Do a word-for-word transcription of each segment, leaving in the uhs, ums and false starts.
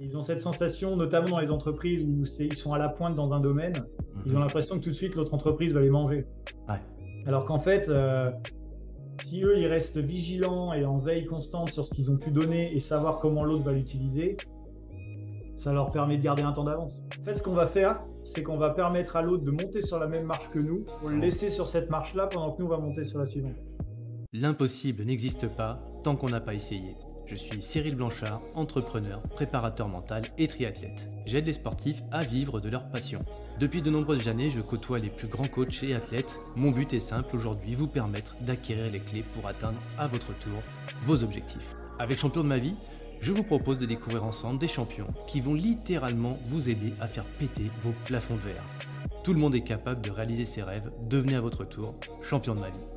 Ils ont cette sensation, notamment dans les entreprises où c'est- ils sont à la pointe dans un domaine, ils ont Mhm. l'impression que tout de suite l'autre entreprise va les manger. Ouais. Alors qu'en fait, euh, si eux, ils restent vigilants et en veille constante sur ce qu'ils ont pu donner et savoir comment l'autre va l'utiliser, ça leur permet de garder un temps d'avance. En fait, ce qu'on va faire, c'est qu'on va permettre à l'autre de monter sur la même marche que nous, pour le Oh. laisser sur cette marche-là pendant que nous, on va monter sur la suivante. L'impossible n'existe pas tant qu'on n'a pas essayé. Je suis Cyril Blanchard, entrepreneur, préparateur mental et triathlète. J'aide les sportifs à vivre de leur passion. Depuis de nombreuses années, je côtoie les plus grands coachs et athlètes. Mon but est simple aujourd'hui, vous permettre d'acquérir les clés pour atteindre à votre tour vos objectifs. Avec Champion de ma vie, je vous propose de découvrir ensemble des champions qui vont littéralement vous aider à faire péter vos plafonds de verre. Tout le monde est capable de réaliser ses rêves, devenez à votre tour champion de ma vie.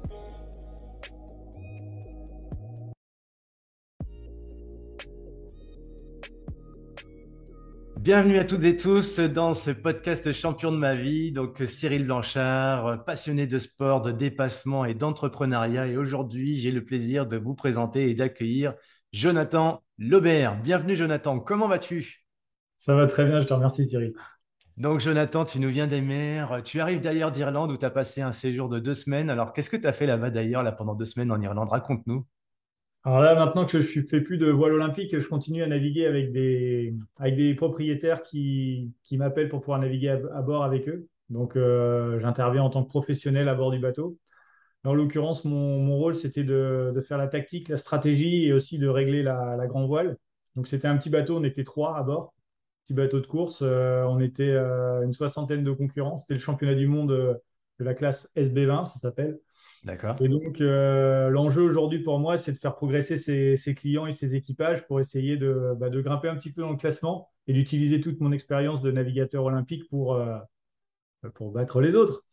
Bienvenue à toutes et tous dans ce podcast Champion de ma vie. Donc Cyril Blanchard, passionné de sport, de dépassement et d'entrepreneuriat. Et aujourd'hui, j'ai le plaisir de vous présenter et d'accueillir Jonathan Laubert. Bienvenue Jonathan, comment vas-tu? Ça va très bien, je te remercie Cyril. Donc Jonathan, tu nous viens des mers. Tu arrives d'ailleurs d'Irlande où tu as passé un séjour de deux semaines. Alors qu'est-ce que tu as fait là-bas d'ailleurs là, pendant deux semaines en Irlande? Raconte-nous. Alors là, maintenant que je ne fais plus de voile olympique, je continue à naviguer avec des, avec des propriétaires qui, qui m'appellent pour pouvoir naviguer à, à bord avec eux. Donc, euh, j'interviens en tant que professionnel à bord du bateau. En l'occurrence, mon, mon rôle, c'était de, de faire la tactique, la stratégie et aussi de régler la, la grand voile. Donc, c'était un petit bateau, on était trois à bord, petit bateau de course. Euh, on était euh, une soixantaine de concurrents. C'était le championnat du monde euh, de la classe S B vingt, ça s'appelle. D'accord. Et donc, euh, l'enjeu aujourd'hui pour moi, c'est de faire progresser ses, ses clients et ses équipages pour essayer de, bah, de grimper un petit peu dans le classement et d'utiliser toute mon expérience de navigateur olympique pour, euh, pour battre les autres.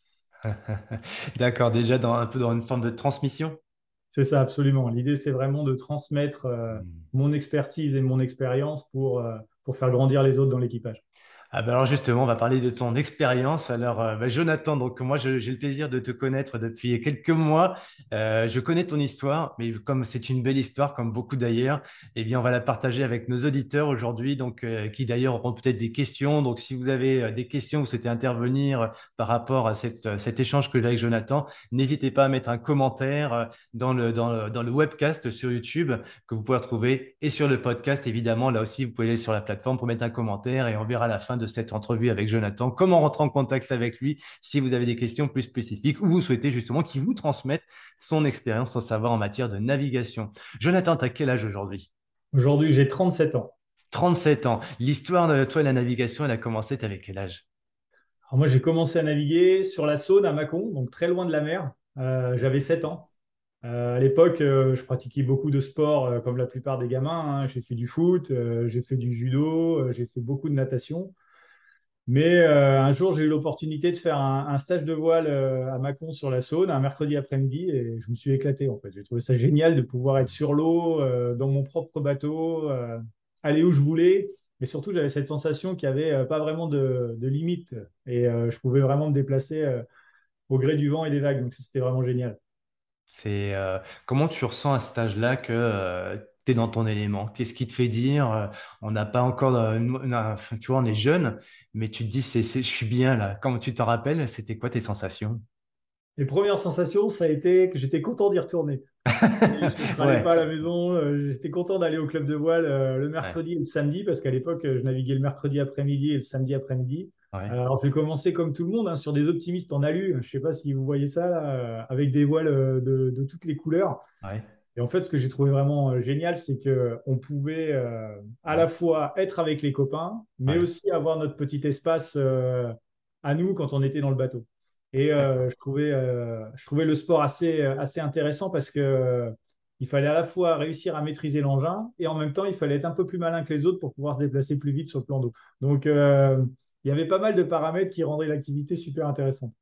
D'accord, déjà dans, un peu dans une forme de transmission. C'est ça, absolument. L'idée, c'est vraiment de transmettre euh, Hmm. mon expertise et mon expérience pour, euh, pour faire grandir les autres dans l'équipage. Ah ben alors justement, on va parler de ton expérience. Alors, euh, bah, Jonathan, donc moi, je- j'ai le plaisir de te connaître depuis quelques mois. Euh, je connais ton histoire, mais comme c'est une belle histoire, comme beaucoup d'ailleurs, eh bien, on va la partager avec nos auditeurs aujourd'hui, donc euh, qui d'ailleurs auront peut-être des questions. Donc, si vous avez euh, des questions, vous souhaitez intervenir par rapport à cette, euh, cet échange que j'ai avec Jonathan, n'hésitez pas à mettre un commentaire euh, dans le, dans le, dans le webcast sur YouTube que vous pouvez retrouver et sur le podcast, évidemment. Là aussi, vous pouvez aller sur la plateforme pour mettre un commentaire et on verra à la fin de cette entrevue avec Jonathan comment rentrer en contact avec lui si vous avez des questions plus spécifiques ou vous souhaitez justement qu'il vous transmette son expérience, son savoir en matière de navigation. Jonathan, tu as quel âge aujourd'hui? Aujourd'hui, j'ai trente-sept ans. Trente-sept ans. L'histoire de toi et la navigation, elle a commencé, tu avais quel âge? Alors moi, j'ai commencé à naviguer sur la Saône à Mâcon, donc très loin de la mer. Euh, j'avais sept ans. Euh, à l'époque, euh, je pratiquais beaucoup de sports euh, comme la plupart des gamins, hein. J'ai fait du foot, euh, j'ai fait du judo, euh, j'ai fait beaucoup de natation. Mais euh, un jour, j'ai eu l'opportunité de faire un, un stage de voile euh, à Mâcon sur la Saône, un mercredi après-midi, et je me suis éclaté en fait. J'ai trouvé ça génial de pouvoir être sur l'eau, euh, dans mon propre bateau, euh, aller où je voulais. Et surtout, j'avais cette sensation qu'il n'y avait euh, pas vraiment de, de limite, et euh, je pouvais vraiment me déplacer euh, au gré du vent et des vagues. Donc, ça, c'était vraiment génial. C'est euh, comment tu ressens à cet âge-là que tu es dans ton élément? Qu'est-ce qui te fait dire euh, on n'a pas encore euh, une- une- un- tu vois, on est jeune, mais tu te dis c'est, c'est- je suis bien là. Comment tu te rappelles, c'était quoi tes sensations? Les premières sensations, ça a été que j'étais content d'y retourner. Et je ne râlais Ouais, pas à la maison. euh, J'étais content d'aller au club de voile euh, le ouais, mercredi et le samedi parce qu'à l'époque, euh, je naviguais le mercredi après-midi et le samedi après-midi. ouais, Alors, j'ai commencé comme tout le monde hein, sur des optimistes en alu. Je ne sais pas si vous voyez ça, là, euh, avec des voiles euh, de, de toutes les couleurs. ouais, Et en fait, ce que j'ai trouvé vraiment euh, génial, c'est qu'on pouvait euh, à ouais, la fois être avec les copains, mais ouais. aussi avoir notre petit espace euh, à nous quand on était dans le bateau. Et D'accord. euh, je trouvais, euh, je trouvais le sport assez, assez intéressant parce que euh, il fallait à la fois réussir à maîtriser l'engin et en même temps, il fallait être un peu plus malin que les autres pour pouvoir se déplacer plus vite sur le plan d'eau. Donc, euh, il y avait pas mal de paramètres qui rendaient l'activité super intéressante.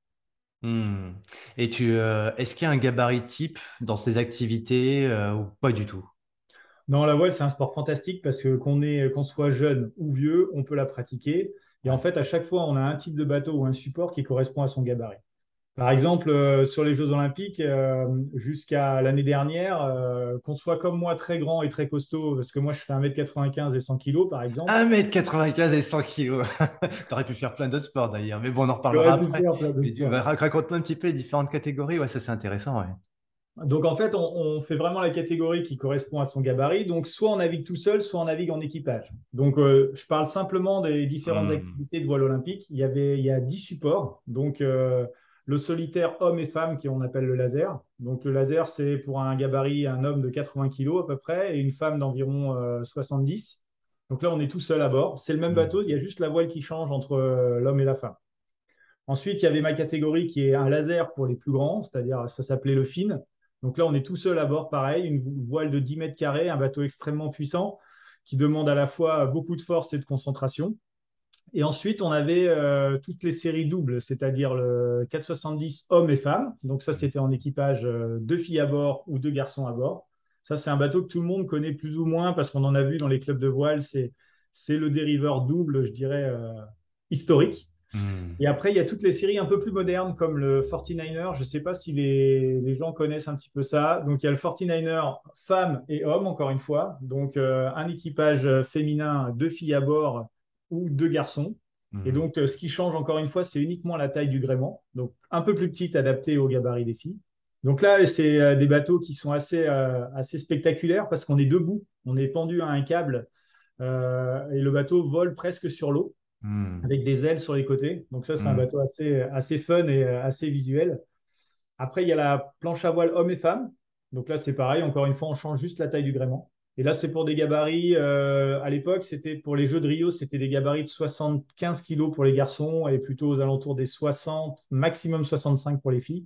Hmm. Et tu, euh, est-ce qu'il y a un gabarit type dans ces activités euh, ou pas du tout? Non, la voile, c'est un sport fantastique parce que qu'on est, qu'on soit jeune ou vieux, on peut la pratiquer. Et en Ouais, fait, à chaque fois, on a un type de bateau ou un support qui correspond à son gabarit. Par exemple, euh, sur les Jeux Olympiques, euh, jusqu'à l'année dernière, euh, qu'on soit comme moi très grand et très costaud, parce que moi je fais un mètre quatre-vingt-quinze et cent kilos par exemple, un mètre quatre-vingt-quinze et cent kilos. Tu aurais pu faire plein d'autres sports d'ailleurs, mais bon, on en reparlera j'aurais pu après. faire plein de Mais tu- bah, sports. raconte-moi un petit peu les différentes catégories. Ouais, ça c'est intéressant. Ouais. Donc en fait, on, on fait vraiment la catégorie qui correspond à son gabarit. Donc soit on navigue tout seul, soit on navigue en équipage. Donc euh, je parle simplement des différentes Hmm. activités de voile olympique. Il y avait, il y a dix supports. Donc euh, le solitaire homme et femme qui on appelle le laser. Donc le laser, c'est pour un gabarit, un homme de quatre-vingts kilos à peu près et une femme d'environ euh, soixante-dix. Donc là, on est tout seul à bord. C'est le même Hmm. bateau, il y a juste la voile qui change entre euh, l'homme et la femme. Ensuite, il y avait ma catégorie qui est un laser pour les plus grands, c'est-à-dire ça s'appelait le fin. Donc là, on est tout seul à bord, pareil, une voile de dix mètres carrés, un bateau extrêmement puissant qui demande à la fois beaucoup de force et de concentration. Et ensuite, on avait euh, toutes les séries doubles, c'est-à-dire le quatre cent soixante-dix hommes et femmes. Donc ça, c'était en équipage euh, deux filles à bord ou deux garçons à bord. Ça, c'est un bateau que tout le monde connaît plus ou moins parce qu'on en a vu dans les clubs de voile. C'est, c'est le dériveur double, je dirais, euh, historique. Hmm. Et après, il y a toutes les séries un peu plus modernes comme le forty-niner. Je ne sais pas si les, les gens connaissent un petit peu ça. Donc, il y a le forty-niner femmes et hommes, encore une fois. Donc, euh, un équipage féminin, deux filles à bord ou deux garçons. Et Hmm. donc, euh, ce qui change encore une fois, c'est uniquement la taille du gréement. Donc, un peu plus petite, adaptée au gabarit des filles. Donc là, c'est euh, des bateaux qui sont assez, euh, assez spectaculaires parce qu'on est debout, on est pendu à un câble euh, et le bateau vole presque sur l'eau Hmm. avec des ailes sur les côtés. Donc ça, c'est un Hmm. bateau assez, assez fun et euh, assez visuel. Après, il y a la planche à voile homme et femme. Donc là, c'est pareil. Encore une fois, on change juste la taille du gréement. Et là, c'est pour des gabarits. Euh, à l'époque, c'était pour les Jeux de Rio, c'était des gabarits de soixante-quinze kilos pour les garçons et plutôt aux alentours des soixante, maximum soixante-cinq pour les filles.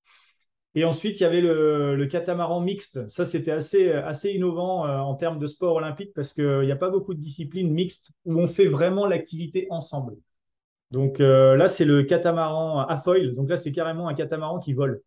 Et ensuite, il y avait le, le catamaran mixte. Ça, c'était assez, assez innovant euh, en termes de sport olympique parce qu'il n'y a pas beaucoup de disciplines mixtes où on fait vraiment l'activité ensemble. Donc euh, là, c'est le catamaran à foil. Donc là, c'est carrément un catamaran qui vole.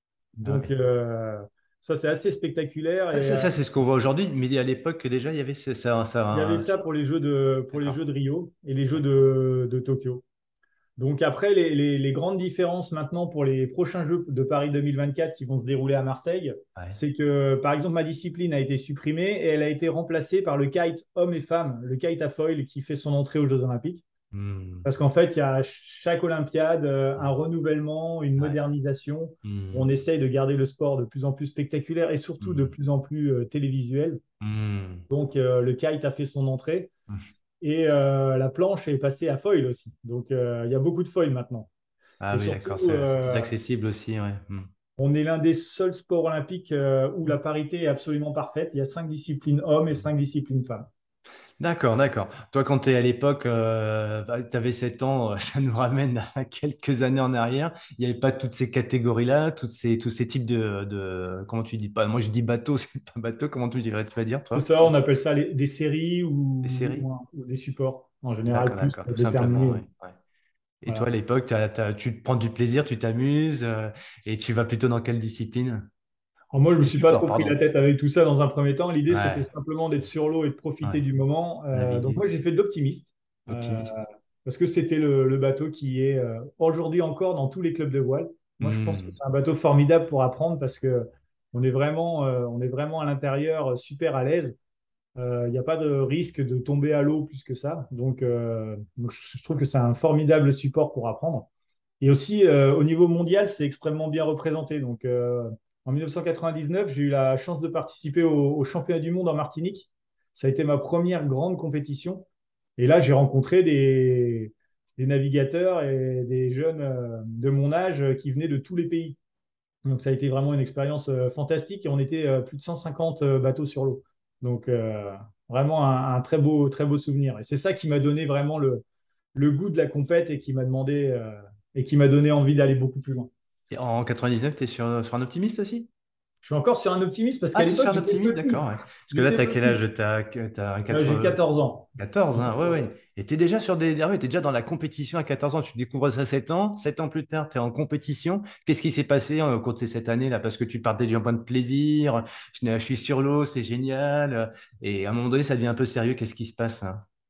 Ah Donc ouais. euh, ça, c'est assez spectaculaire. Ça, Et ça, euh, ça, c'est ce qu'on voit aujourd'hui, mais à l'époque déjà, il y avait ça. ça, il y avait ça- ça pour les Jeux de, pour les D'accord. Jeux de Rio et les Jeux Ouais. de, de Tokyo. Donc après, les, les- les grandes différences maintenant pour les prochains Jeux de Paris deux mille vingt-quatre qui vont se dérouler à Marseille, Ouais. c'est que, par exemple, ma discipline a été supprimée et elle a été remplacée par le kite homme et femme, le kite à foil qui fait son entrée aux Jeux Olympiques. Hmm. Parce qu'en fait, il y a chaque Olympiade euh, un renouvellement, une Ouais. modernisation. On Hmm. essaye de garder le sport de plus en plus spectaculaire et surtout de Hmm. plus en plus euh, télévisuel. Hmm. Donc, euh, le kite a fait son entrée Hmm. et euh, la planche est passée à foil aussi. Donc, euh, il y a beaucoup de foil maintenant. Ah Et oui, surtout, d'accord, c'est c'est plus euh, accessible aussi, ouais. Hmm. on est l'un des seuls sports olympiques euh, où la parité est absolument parfaite. Il y a cinq disciplines hommes et cinq disciplines femmes. D'accord, d'accord. Toi, quand tu es à l'époque, euh, tu avais sept ans, euh, ça nous ramène à quelques années en arrière. Il n'y avait pas toutes ces catégories-là, toutes ces, tous ces types de, de- comment tu dis pas, moi je dis bateau, c'est pas bateau, comment tu dirais, tu vas dire, C'est toi? ça, on appelle ça les- des séries Des ou, séries? ou- ou des supports, en général, D'accord, plus d'accord, pour tout simplement, déterminer. ouais, ouais. Et toi, à Voilà. l'époque, t'as- t'as- tu te prends du plaisir, tu t'amuses, euh, et tu vas plutôt dans quelle discipline? Alors moi, je ne me Quel suis pas support, trop pris la pardon. tête avec tout ça dans un premier temps. L'idée, c'était Ouais, simplement d'être sur l'eau et de profiter ouais, du moment. Euh, donc naviguer, moi, j'ai fait de l'optimiste, euh, optimiste. parce que c'était le, le bateau qui est euh, aujourd'hui encore dans tous les clubs de voile. Moi, je pense que Hmm. c'est un bateau formidable pour apprendre parce que on est vraiment, euh, on est vraiment à l'intérieur euh, super à l'aise. Euh, Il n'y a pas de risque de tomber à l'eau plus que ça. Donc, euh, donc, je je trouve que c'est un formidable support pour apprendre. Et aussi, euh, au niveau mondial, c'est extrêmement bien représenté. Donc, euh, en mille neuf cent quatre-vingt-dix-neuf, j'ai eu la chance de participer au, au championnat du monde en Martinique. Ça a été ma première grande compétition. Et là, j'ai rencontré des, des navigateurs et des jeunes euh, de mon âge euh, qui venaient de tous les pays. Donc, ça a été vraiment une expérience euh, fantastique. Et on était euh, plus de cent cinquante euh, bateaux sur l'eau. Donc, euh, vraiment un, un très beau, très beau souvenir. Et c'est ça qui m'a donné vraiment le, le goût de la compète et qui m'a demandé euh, et qui m'a donné envie d'aller beaucoup plus loin. Et en quatre-vingt-dix-neuf, tu es sur, sur un optimiste aussi? Je suis encore sur un optimiste parce Ah, qu'à tu es sur l'époque, un j'étais optimiste, petit. d'accord, ouais. Parce que là, J'étais tu as quel âge? petit. Tu as, Là, j'ai quatorze ans. quatorze, J'ai hein, ouais, quatorze ans. ouais. Et tu es déjà sur des. Ah ouais, t'es déjà dans la compétition à quatorze ans. Tu découvres ça à sept ans. Sept ans plus tard, tu es en compétition. Qu'est-ce qui s'est passé euh, au cours de ces sept années-là? Parce que tu partais d'un point de plaisir. Je, je suis sur l'eau, c'est génial. Et à un moment donné, ça devient un peu sérieux. Qu'est-ce qui se passe, hein?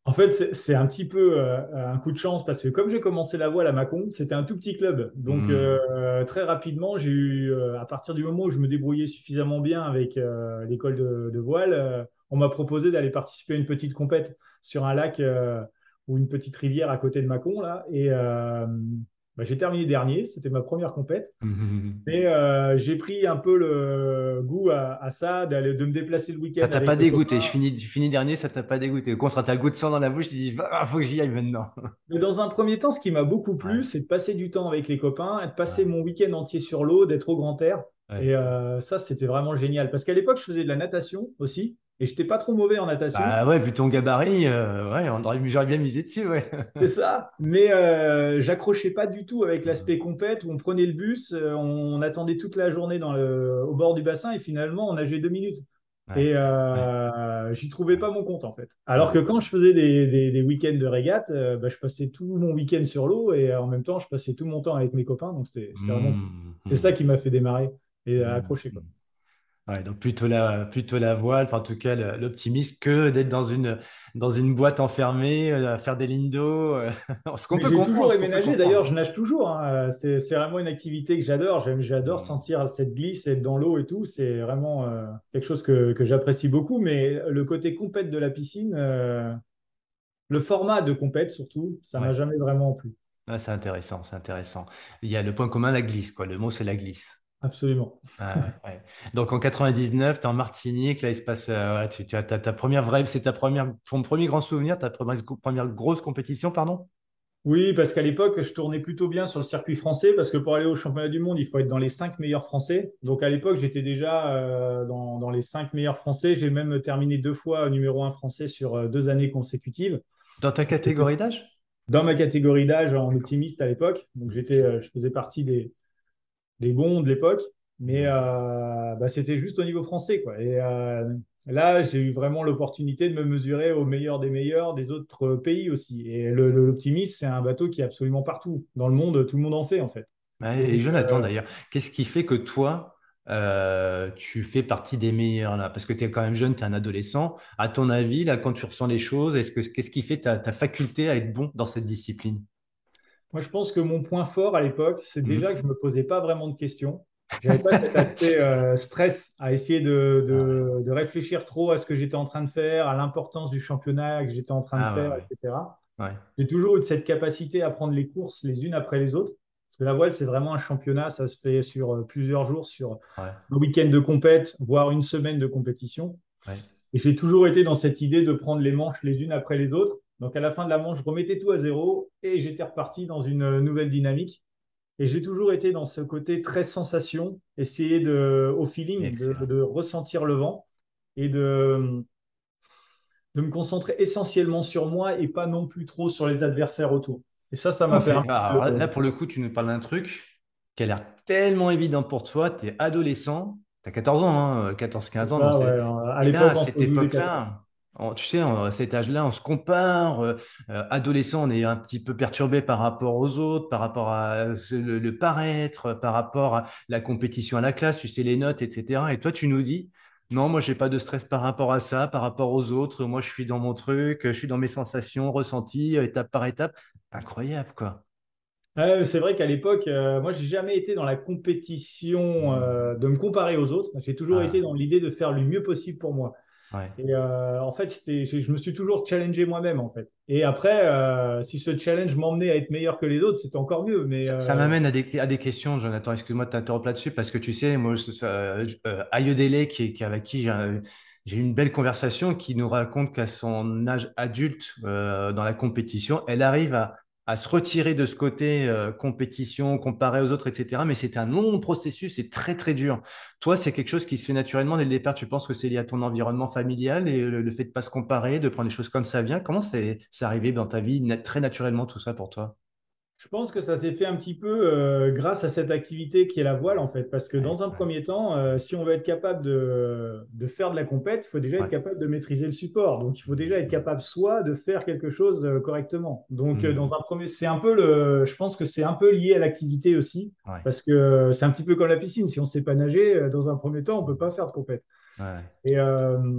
En fait, c'est c'est un petit peu euh, un coup de chance parce que comme j'ai commencé la voile à Mâcon, c'était un tout petit club. Donc Hmm. euh, très rapidement, j'ai eu, euh, à partir du moment où je me débrouillais suffisamment bien avec euh, l'école de, de voile, euh, on m'a proposé d'aller participer à une petite compète sur un lac euh, ou une petite rivière à côté de Mâcon là. Et euh, bah, j'ai terminé dernier. C'était ma première compète. Mais euh, j'ai pris un peu le goût à, à ça, d'aller, de me déplacer le Ça week-end t'a pas avec les dégoûté. Je copains. finis, je finis dernier, ça t'a pas dégoûté. Au contraire, t'as le goût de sang dans la bouche, tu te dis, ah, faut que j'y aille maintenant. Mais dans un premier temps, ce qui m'a beaucoup Ouais, plu, c'est de passer du temps avec les copains, et de passer ouais, mon week-end entier sur l'eau, d'être au grand air. ouais. Et euh, ça, c'était vraiment génial. Parce qu'à l'époque, je faisais de la natation aussi, et j'étais pas trop mauvais en natation. Bah ouais, vu ton gabarit, euh, ouais, on aurait, j'aurais bien misé dessus, ouais. C'est ça. Mais euh, j'accrochais pas du tout avec l'aspect compète où on prenait le bus, euh, on attendait toute la journée dans le, au bord du bassin et finalement on nageait deux minutes. Ouais, Et ouais, euh, j'y trouvais pas mon compte en fait. Alors que ouais. quand je faisais des, des- des week-ends de régate, euh, bah, je passais tout mon week-end sur l'eau et euh, en même temps je passais tout mon temps avec mes copains. Donc c'était c'était vraiment cool. Hmm, C'est ça hmm, qui m'a fait démarrer et euh, hmm, accrocher quoi. hmm. Ouais, donc plutôt la, plutôt la voile, enfin en tout cas le- l'optimisme que d'être dans une, dans une boîte enfermée, euh, à faire des lignes d'eau. euh, Ce qu'on Mais peut j'ai toujours comprendre, ce qu'on aimé peut nager. D'ailleurs, comprendre. je nage toujours, hein. C'est, c'est vraiment une activité que j'adore. J'aime, j'adore Hmm. sentir cette glisse, être dans l'eau et tout. C'est vraiment euh, quelque chose que, que j'apprécie beaucoup. Mais le côté compète de la piscine, euh, le format de compète surtout, ça m'a Ouais. jamais vraiment plu. Ah, c'est intéressant, c'est intéressant. Il y a le point commun, la glisse, quoi. Le mot, c'est la glisse. Absolument. Ah, ouais, ouais. Donc en quatre-vingt-dix-neuf, tu es en Martinique, là il se passe, euh, voilà, tu, tu as ta, ta première vraie, c'est ta première, ton premier grand souvenir, ta première, première grosse compétition, pardon? Oui, parce qu'à l'époque, je tournais plutôt bien sur le circuit français, parce que pour aller au championnat du monde, il faut être dans les cinq meilleurs français. Donc à l'époque, j'étais déjà euh, dans, dans les cinq meilleurs français. J'ai même terminé deux fois numéro un français sur euh, deux années consécutives. Dans ta catégorie d'âge? Dans ma catégorie d'âge en D'accord. optimiste à l'époque. Donc j'étais, euh, je faisais partie des, des bons de l'époque, mais Hmm. euh, bah, c'était juste au niveau français, quoi. Et euh, là, j'ai eu vraiment l'opportunité de me mesurer au meilleur des meilleurs des autres pays aussi. Et le, le- l'optimiste, c'est un bateau qui est absolument partout dans le monde. Tout le monde en fait, en fait. Ouais, et Donc, Jonathan euh, d'ailleurs, qu'est-ce qui fait que toi, euh, tu fais partie des meilleurs là? Parce que tu es quand même jeune, tu es un adolescent. À ton avis, là, quand tu ressens les choses, est-ce que qu'est-ce qui fait ta, ta faculté à être bon dans cette discipline? moi, je pense que mon point fort à l'époque, c'est déjà que je Hmm. me posais pas vraiment de questions. J'avais pas cet aspect euh, stress à essayer de, Ah ouais, de, de réfléchir trop à ce que j'étais en train de faire, à l'importance du championnat que j'étais en train de ah faire, ouais, et cetera. ouais, J'ai toujours eu cette capacité à prendre les courses les unes après les autres. Parce que la voile, c'est vraiment un championnat, ça se fait sur euh, plusieurs jours, sur ouais, un week-end de compète, voire une semaine de compétition. ouais, Et j'ai toujours été dans cette idée de prendre les manches les unes après les autres. Donc à la fin de la manche, je remettais tout à zéro et j'étais reparti dans une euh, nouvelle dynamique. Et j'ai toujours été dans ce côté très sensation, essayer de, au feeling, de, excellent. de ressentir le vent et de, de me concentrer essentiellement sur moi et pas non plus trop sur les adversaires autour. Et ça, ça m'a Parfait. permis Alors de... là, pour le coup, tu nous parles d'un truc qui a l'air tellement évident pour toi. Tu es adolescent, tu as quatorze ans, hein, quatorze C'est quinze ans dans ça, ouais. ces... À Et là, l'époque, à entre cette douze et quatorze. époque-là, on- tu sais, à cet âge-là, on se compare. euh, euh, adolescent, on est un petit peu perturbé par rapport aux autres, par rapport à euh, le, le paraître, par rapport à la compétition à la classe, tu sais, les notes, et cetera. Et toi, tu nous dis, non, moi, j'ai pas de stress par rapport à ça, par rapport aux autres. Moi, je suis dans mon truc, je suis dans mes sensations, ressentis, étape par étape. Incroyable, quoi. Ouais, c'est vrai qu'à l'époque, euh, moi, j'ai jamais été dans la compétition Hmm. euh, de me comparer aux autres. J'ai toujours été Ah, dans l'idée de faire le mieux possible pour moi. ouais. Et euh, en fait, j'étais- j'ai- je me suis toujours challengé moi-même, en fait. Et après, euh, si ce challenge m'emmenait à être meilleur que les autres, c'était encore mieux. Mais Ça, ça euh, m'amène à des, à des questions, Jonathan. Excuse-moi de t'interrompre là-dessus parce que tu sais, moi, je- ça, euh, Ayodele, qui, est- qui, avec qui j'ai un- j'ai eu une belle conversation, qui nous raconte qu'à son âge adulte euh, dans la compétition, elle arrive à, à se retirer de ce côté euh, compétition, comparé aux autres, et cetera. Mais c'est un long processus, c'est très, très dur. Toi, c'est quelque chose qui se fait naturellement dès le départ. Tu penses que c'est lié à ton environnement familial et le, le fait de pas se comparer, de prendre les choses comme ça vient. Comment c'est c'est arrivé dans ta vie, na- très naturellement, tout ça pour toi? je pense que ça s'est fait un petit peu euh, grâce à cette activité qui est la voile, en fait. Parce que Ouais, dans un ouais, premier temps, euh, si on veut être capable de, de faire de la compète, il faut déjà être ouais. capable de maîtriser le support. Donc, il faut déjà être capable, soit de faire quelque chose euh, correctement. Donc, euh, dans Mhm. un premier, c'est un peu le, je pense que c'est un peu lié à l'activité aussi. Ouais. Parce que euh, c'est un petit peu comme la piscine. Si on ne sait pas nager, euh, dans un premier temps, on ne peut pas faire de compète. Ouais. Et, euh,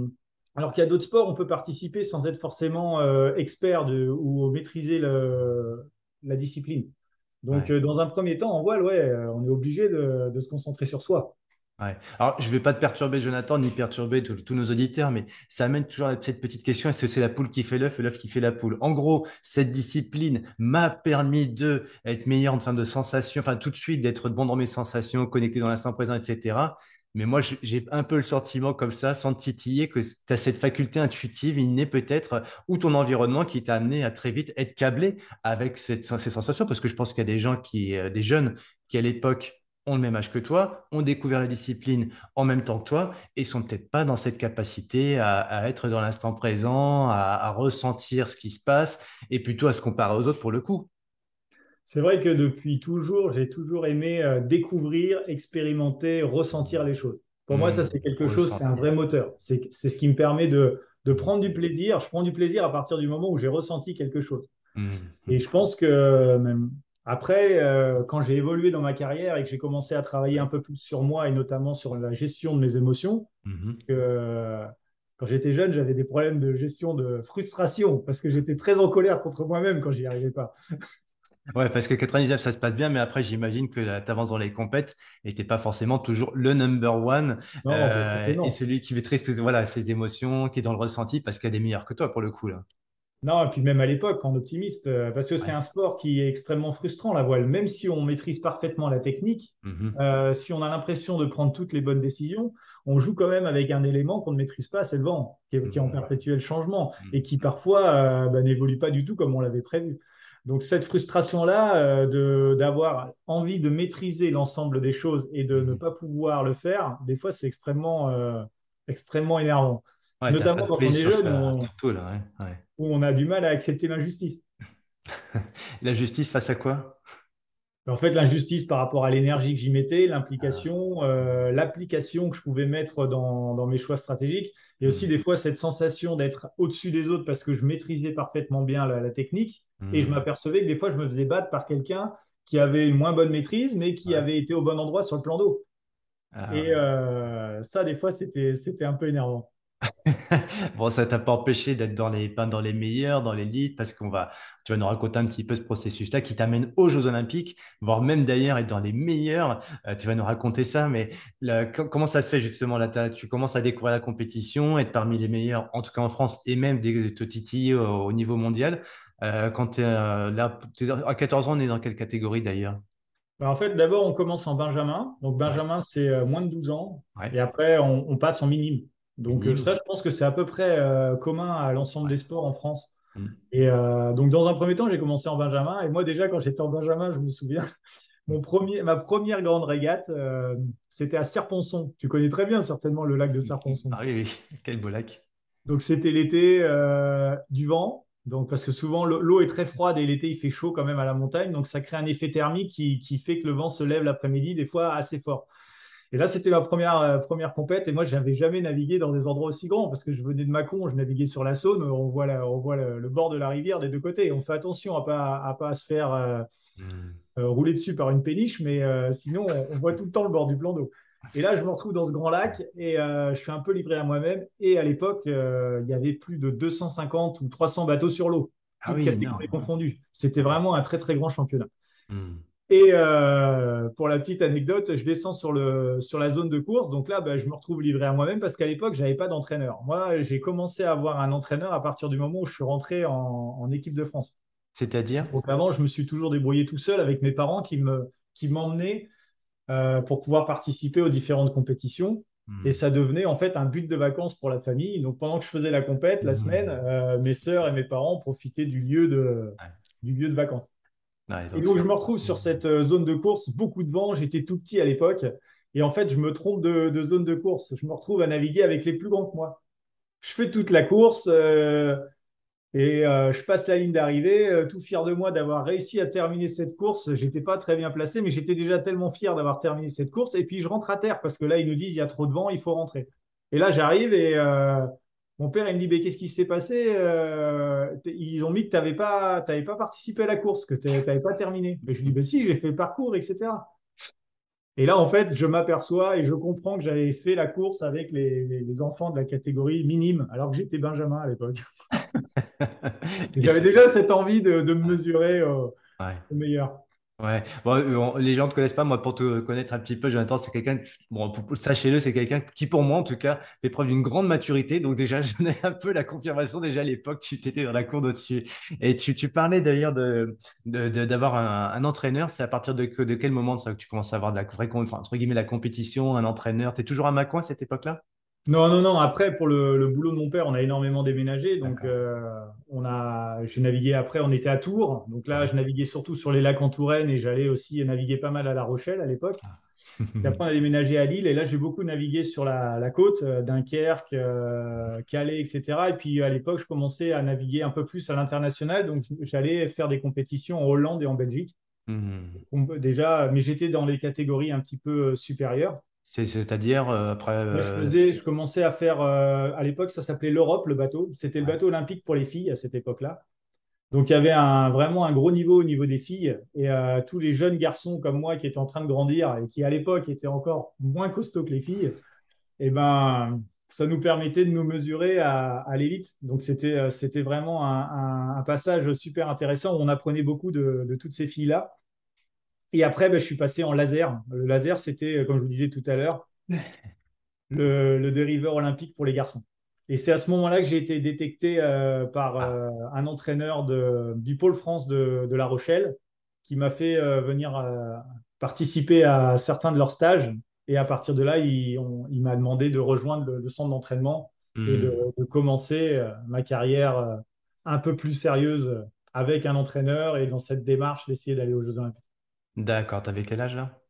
Alors qu'il y a d'autres sports, on peut participer sans être forcément euh, expert de, ou maîtriser le- la discipline. Donc, Ouais. euh, dans un premier temps, en voile, ouais, euh, on est obligé de, de se concentrer sur soi. Ouais. Alors, je ne vais pas te perturber, Jonathan, ni perturber tous tous nos auditeurs, mais ça amène toujours à cette petite question, est-ce que c'est la poule qui fait l'œuf et l'œuf qui fait la poule? En gros, cette discipline m'a permis de être meilleur en termes de sensations, enfin tout de suite d'être bon dans mes sensations, connecté dans l'instant présent, et cetera. Mais moi, je- j'ai un peu le sentiment comme ça, sans te titiller, que tu as cette faculté intuitive innée peut-être, ou ton environnement qui t'a amené à très vite être câblé avec cette- ces sensations, parce que je pense qu'il y a des gens qui, euh, des jeunes qui à l'époque ont le même âge que toi, ont découvert la discipline en même temps que toi et sont peut-être pas dans cette capacité à, à être dans l'instant présent, à, à ressentir ce qui se passe et plutôt à se comparer aux autres pour le coup. C'est vrai que depuis toujours, j'ai toujours aimé euh, découvrir, expérimenter, ressentir les choses. Pour moi, ça, Hmm, c'est quelque chose, c'est un ressentir. vrai moteur. C'est, c'est ce qui me permet de, de prendre du plaisir. Je prends du plaisir à partir du moment où j'ai ressenti quelque chose. Hmm, Et je pense que euh, même après, euh, quand j'ai évolué dans ma carrière et que j'ai commencé à travailler un peu plus sur moi et notamment sur la gestion de mes émotions, mhm. que euh, quand j'étais jeune, j'avais des problèmes de gestion de frustration parce que j'étais très en colère contre moi-même quand j'y arrivais pas. Ouais, parce que quatre-vingt-dix-neuf, ça se passe bien, mais après, j'imagine que tu avances dans les compètes et t'es pas forcément toujours le number one Non, bien sûr que euh, et non. celui qui maîtrise toutes- voilà, ses émotions, qui est dans le ressenti parce qu'il y a des meilleurs que toi pour le coup là. Non, et puis même à l'époque, en optimiste, euh, parce que c'est Ouais. un sport qui est extrêmement frustrant, la voile. Même si on maîtrise parfaitement la technique, Mhm. euh, si on a l'impression de prendre toutes les bonnes décisions, on joue quand même avec un élément qu'on ne maîtrise pas, c'est le vent, qui est, qui est en Mhm. perpétuel changement et qui Mhm. parfois euh, bah, n'évolue pas du tout comme on l'avait prévu. Donc cette frustration-là, euh, de, d'avoir envie de maîtriser l'ensemble des choses et de ne Mhm. pas pouvoir le faire, des fois c'est extrêmement, euh, extrêmement énervant. Ouais, t'as pas Notamment de quand on prise est sur jeune, ça, on, surtout là. Ouais, ouais. où on a du mal à accepter l'injustice. La justice face à quoi? En fait, l'injustice par rapport à l'énergie que j'y mettais, Ah, l'implication, euh, l'application que je pouvais mettre dans, dans mes choix stratégiques, et aussi hmm, des fois cette sensation d'être au-dessus des autres parce que je maîtrisais parfaitement bien la, la technique, et je hmm. m'apercevais que des fois je me faisais battre par quelqu'un qui avait une moins bonne maîtrise, mais qui Ouais. avait été au bon endroit sur le plan d'eau. Ah, Et ouais. euh, ça, des fois, c'était, c'était un peu énervant. Bon, ça t'a pas empêché d'être dans les, pas dans les meilleurs, dans l'élite, parce qu'on va, tu vas nous raconter un petit peu ce processus-là qui t'amène aux Jeux Olympiques, voire même d'ailleurs être dans les meilleurs. Euh, tu vas nous raconter ça, mais là, co- comment ça se fait justement là? t'as- Tu commences à découvrir la compétition, être parmi les meilleurs, en tout cas en France, et même des- te titiller au, au niveau mondial. Euh, quand tu es là, t'es dans- à quatorze ans, on est dans quelle catégorie d'ailleurs? Ben, en fait, d'abord, on commence en Benjamin. Donc, Ouais, Benjamin, c'est euh, moins de douze ans. ouais, Et après, on, on passe en minime. Donc, euh, minime. ça, je pense que c'est à peu près euh, commun à l'ensemble Ouais. des sports en France. Hmm. Et euh, donc, dans un premier temps, j'ai commencé en Benjamin. Et moi, déjà, quand j'étais en Benjamin, je me souviens, mon premier, ma première grande régate, euh, c'était à Serponçon. Tu connais très bien, certainement, le lac de Serponçon. Ah oui, oui, quel beau lac. Donc, c'était l'été, euh, du vent. Donc, parce que souvent, l'eau l'eau est très froide et l'été, il fait chaud quand même à la montagne. Donc, ça crée un effet thermique qui, qui fait que le vent se lève l'après-midi, des fois assez fort. Et là, c'était ma première, euh, première compète. Et moi, je n'avais jamais navigué dans des endroits aussi grands parce que je venais de Mâcon, je naviguais sur la Saône. On voit, la- on voit le, le bord de la rivière des deux côtés. On fait attention à pas, à pas se faire euh, Hmm. euh, rouler dessus par une péniche, mais euh, sinon, on, on voit tout le temps le bord du plan d'eau. Et là, je me retrouve dans ce grand lac et euh, je suis un peu livré à moi-même. Et à l'époque, euh, il y avait plus de deux cent cinquante ou trois cents bateaux sur l'eau, Ah toutes oui, catégories énorme. confondues. C'était Ouais. vraiment un très, très grand championnat. Hmm. Et euh, pour la petite anecdote, je descends sur, le, sur la zone de course. Donc là, bah, je me retrouve livré à moi-même parce qu'à l'époque, je n'avais pas d'entraîneur. Moi, j'ai commencé à avoir un entraîneur à partir du moment où je suis rentré en, en équipe de France. C'est-à-dire? Donc avant, je me suis toujours débrouillé tout seul avec mes parents qui me, qui m'emmenaient euh, pour pouvoir participer aux différentes compétitions. Et Hmm. ça devenait en fait un but de vacances pour la famille. Donc pendant que je faisais la compète, la semaine, Hmm. euh, mes sœurs et mes parents profitaient du lieu de, Ouais. du lieu de vacances. Ouais, Et donc donc, je c'est. me retrouve sur cette euh, zone de course, beaucoup de vent. J'étais tout petit à l'époque. Et en fait, je me trompe de, de zone de course. Je me retrouve à naviguer avec les plus grands que moi. Je fais toute la course euh, et euh, je passe la ligne d'arrivée, euh, tout fier de moi d'avoir réussi à terminer cette course. J'étais pas très bien placé, mais j'étais déjà tellement fier d'avoir terminé cette course. Et puis, je rentre à terre parce que là, ils nous disent il y a trop de vent, il faut rentrer. Et là, j'arrive et euh, mon père, il me dit, mais qu'est-ce qui s'est passé? Euh, ils ont mis que tu n'avais pas, t'avais pas participé à la course, que tu n'avais pas terminé. Mais je lui dis, bah, si, j'ai fait le parcours, et cetera. Et là, en fait, je m'aperçois et je comprends que j'avais fait la course avec les, les- les enfants de la catégorie minime, alors que j'étais Benjamin à l'époque. Et Et j'avais c'est- déjà cette envie de, de me ouais. mesurer au, Ouais. au meilleur. Ouais, bon, euh, on- les gens ne te connaissent pas. Moi, pour te connaître un petit peu, Jonathan, c'est quelqu'un, que- bon, pour- pour- sachez-le, c'est quelqu'un qui, pour moi, en tout cas, fait preuve d'une grande maturité. Donc, déjà, je ai un peu la confirmation. Déjà, à l'époque, tu étais dans la cour d'au-dessus. Et tu, tu parlais d'ailleurs de, de- de- d'avoir un, un entraîneur. C'est à partir de, que- de quel moment ça, que tu commences à avoir de la vraie, con- enfin, entre guillemets, la compétition, un entraîneur? Tu es toujours à Mâcon à cette époque-là? Non, non, non. Après, pour le, le boulot de mon père, on a énormément déménagé. Donc, D'accord. euh, on a, j'ai navigué après, on était à Tours. Donc là, Ouais. je naviguais surtout sur les lacs en Touraine et j'allais aussi naviguer pas mal à La Rochelle à l'époque. Puis après, on a déménagé à Lille et là, j'ai beaucoup navigué sur la, la côte, euh, Dunkerque, euh, Calais, et cetera. Et puis, à l'époque, je commençais à naviguer un peu plus à l'international. Donc, j'allais faire des compétitions en Hollande et en Belgique. Hmm. On peut déjà, mais j'étais dans les catégories un petit peu euh, supérieures. C'est, c'est-à-dire, euh, après. Là, je euh, faisais, je commençais à faire, euh, à l'époque, ça s'appelait l'Europe, le bateau. C'était le ouais. bateau olympique pour les filles à cette époque-là. Donc, il y avait un, vraiment un gros niveau au niveau des filles. Et euh, tous les jeunes garçons comme moi qui étaient en train de grandir et qui, à l'époque, étaient encore moins costauds que les filles, eh ben, ça nous permettait de nous mesurer à, à l'élite. Donc, c'était, euh, c'était vraiment un, un- un passage super intéressant où on apprenait beaucoup de, de toutes ces filles-là. Et après, ben, je suis passé en laser. Le laser, c'était, comme je vous disais tout à l'heure, le, le dériveur olympique pour les garçons. Et c'est à ce moment-là que j'ai été détecté euh, par Ah. euh, un entraîneur de, du Pôle France de, de La Rochelle qui m'a fait euh, venir euh, participer à certains de leurs stages. Et à partir de là, il, on- il m'a demandé de rejoindre le, le centre d'entraînement et de, Hmm. de commencer euh, ma carrière euh, un peu plus sérieuse avec un entraîneur et dans cette démarche d'essayer d'aller aux Jeux Olympiques. D'accord. T'avais quel âge là?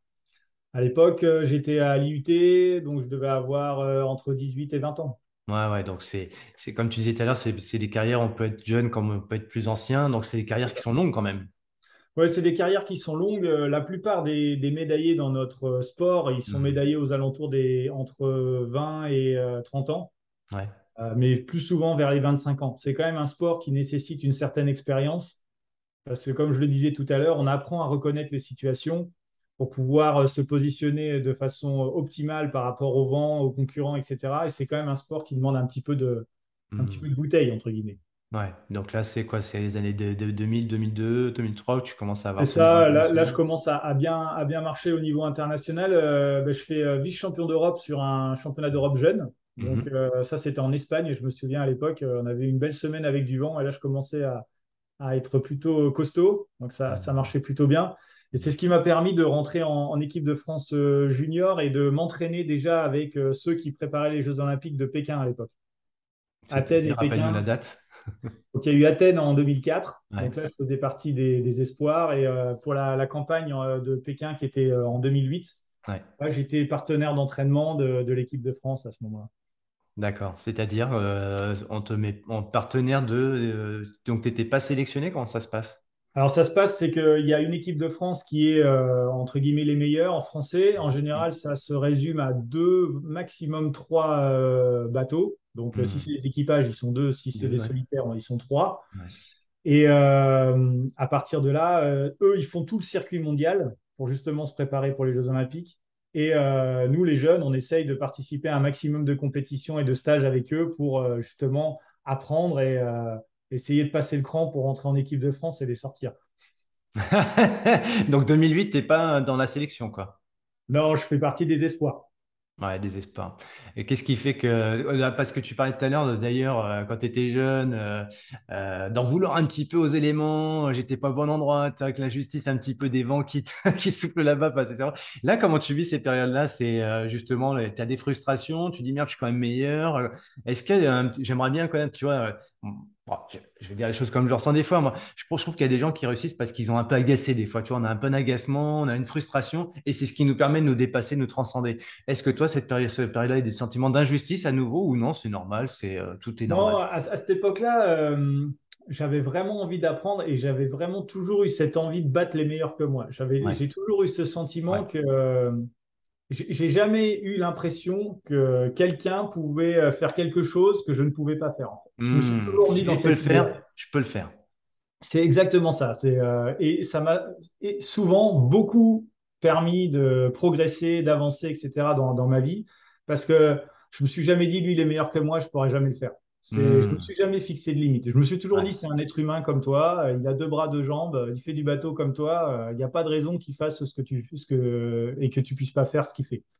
À l'époque, euh, j'étais à l'I U T, donc je devais avoir euh, entre dix-huit et vingt ans. Ouais, ouais, donc c'est, c'est comme tu disais tout à l'heure, c'est, c'est des carrières, on peut être jeune comme on peut être plus ancien, donc c'est des carrières qui sont longues quand même. Ouais, c'est des carrières qui sont longues. Euh, La plupart des, des médaillés dans notre euh, sport, ils sont Hmm. médaillés aux alentours des entre vingt et euh, trente ans, Ouais. euh, mais plus souvent vers les vingt-cinq ans. C'est quand même un sport qui nécessite une certaine expérience, parce que comme je le disais tout à l'heure, on apprend à reconnaître les situations pour pouvoir euh, se positionner de façon optimale par rapport au vent, aux concurrents, et cetera. Et c'est quand même un sport qui demande un petit peu de, un petit peu Hmm. de bouteille, entre guillemets. Ouais, donc là, c'est quoi? C'est les années de, de deux mille, deux mille deux, deux mille trois où tu commences à C'est avoir ce niveau ça, là, là, je international? commence à, à bien, à bien marcher au niveau international. Euh, ben, je fais euh, vice-champion d'Europe sur un championnat d'Europe jeune. Donc Mhm. euh, ça, c'était en Espagne. Et je me souviens à l'époque, euh, on avait une belle semaine avec du vent. Et là, je commençais à, à être plutôt costaud. Donc ça, ça Mhm. marchait plutôt bien. Et c'est ce qui m'a permis de rentrer en, en équipe de France euh, junior et de m'entraîner déjà avec euh, ceux qui préparaient les Jeux Olympiques de Pékin à l'époque. Athènes et C'est-à-dire, rappelle-nous la Pékin. date. Donc, il y a eu Athènes en deux mille quatre. Ouais. Donc là, je faisais partie des, des espoirs. Et euh, pour la, la campagne euh, de Pékin qui était euh, en deux mille huit, Ouais. là, j'étais partenaire d'entraînement de, de l'équipe de France à ce moment-là. D'accord. C'est-à-dire, euh, on te met en partenaire de. Euh, donc, tu n'étais pas sélectionné, comment ça se passe? Alors, ça se passe, c'est qu'il y a une équipe de France qui est, euh, entre guillemets, les meilleurs en français. En général, ça se résume à deux, maximum trois euh, bateaux. Donc, euh, si Hmm. c'est des équipages, ils sont deux. Si c'est Deux, des ouais. solitaires, ils sont trois. Ouais. Et euh, à partir de là, euh, eux, ils font tout le circuit mondial pour justement se préparer pour les Jeux Olympiques. Et euh, nous, les jeunes, on essaye de participer à un maximum de compétitions et de stages avec eux pour euh, justement apprendre et euh, essayer de passer le cran pour rentrer en équipe de France et les sortir. Donc, deux mille huit, t'es pas dans la sélection, quoi. Non, je fais partie des espoirs. Ouais, désespoir. Et qu'est-ce qui fait que, là, parce que tu parlais tout à l'heure, d'ailleurs, euh, quand tu étais jeune, euh, euh, d'en vouloir un petit peu aux éléments, euh, j'étais pas au bon endroit, avec la justice, un petit peu des vents qui, te- qui soufflent là-bas, parce que c'est vrai. Là, comment tu vis ces périodes-là? C'est euh, justement, tu as des frustrations, tu dis merde, je suis quand même meilleur. Euh, Est-ce que euh, j'aimerais bien connaître, tu vois, euh, bon, je, je vais dire les choses comme je ressens des fois, moi, je, trouve je trouve qu'il y a des gens qui réussissent parce qu'ils ont un peu agacé des fois, tu vois, on a un peu d'agacement, on a une frustration, et c'est ce qui nous permet de nous dépasser, de nous transcender. Est-ce que toi, cette période, cette période-là, il y a des sentiments d'injustice à nouveau ou non, c'est normal, c'est euh, tout est Non, normal. à, à cette époque-là, euh, j'avais vraiment envie d'apprendre et j'avais vraiment toujours eu cette envie de battre les meilleurs que moi. J'avais, Ouais, j'ai toujours eu ce ouais. sentiment que euh, j'ai j'ai jamais eu l'impression que quelqu'un pouvait euh, faire quelque chose que je ne pouvais pas faire, en fait. Je me suis Hmm, toujours mis si dans lui peut le cette idée-là. faire, je peux le faire. C'est exactement ça. C'est, euh, et ça m'a et souvent beaucoup. permis de progresser, d'avancer, et cetera dans, dans ma vie. Parce que je me suis jamais dit, lui, il est meilleur que moi, je pourrais jamais le faire. C'est, je me Hmm. suis jamais fixé de limite. Je me suis toujours Ouais. dit, c'est un être humain comme toi, euh, il a deux bras, deux jambes, euh, il fait du bateau comme toi, euh, il n'y a pas de raison qu'il fasse ce que tu, ce que, et que tu puisses pas faire ce qu'il fait.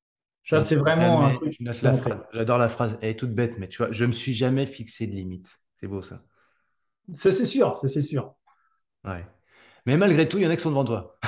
Je Ça, me c'est suis vraiment un jamais, truc je note qui est la ancré. phrase, j'adore la phrase, elle est toute bête, mais tu vois, je me suis jamais fixé de limite. C'est beau ça. Ça, c'est sûr, ça, c'est sûr. Ouais. Mais malgré tout, il y en a qui sont devant toi.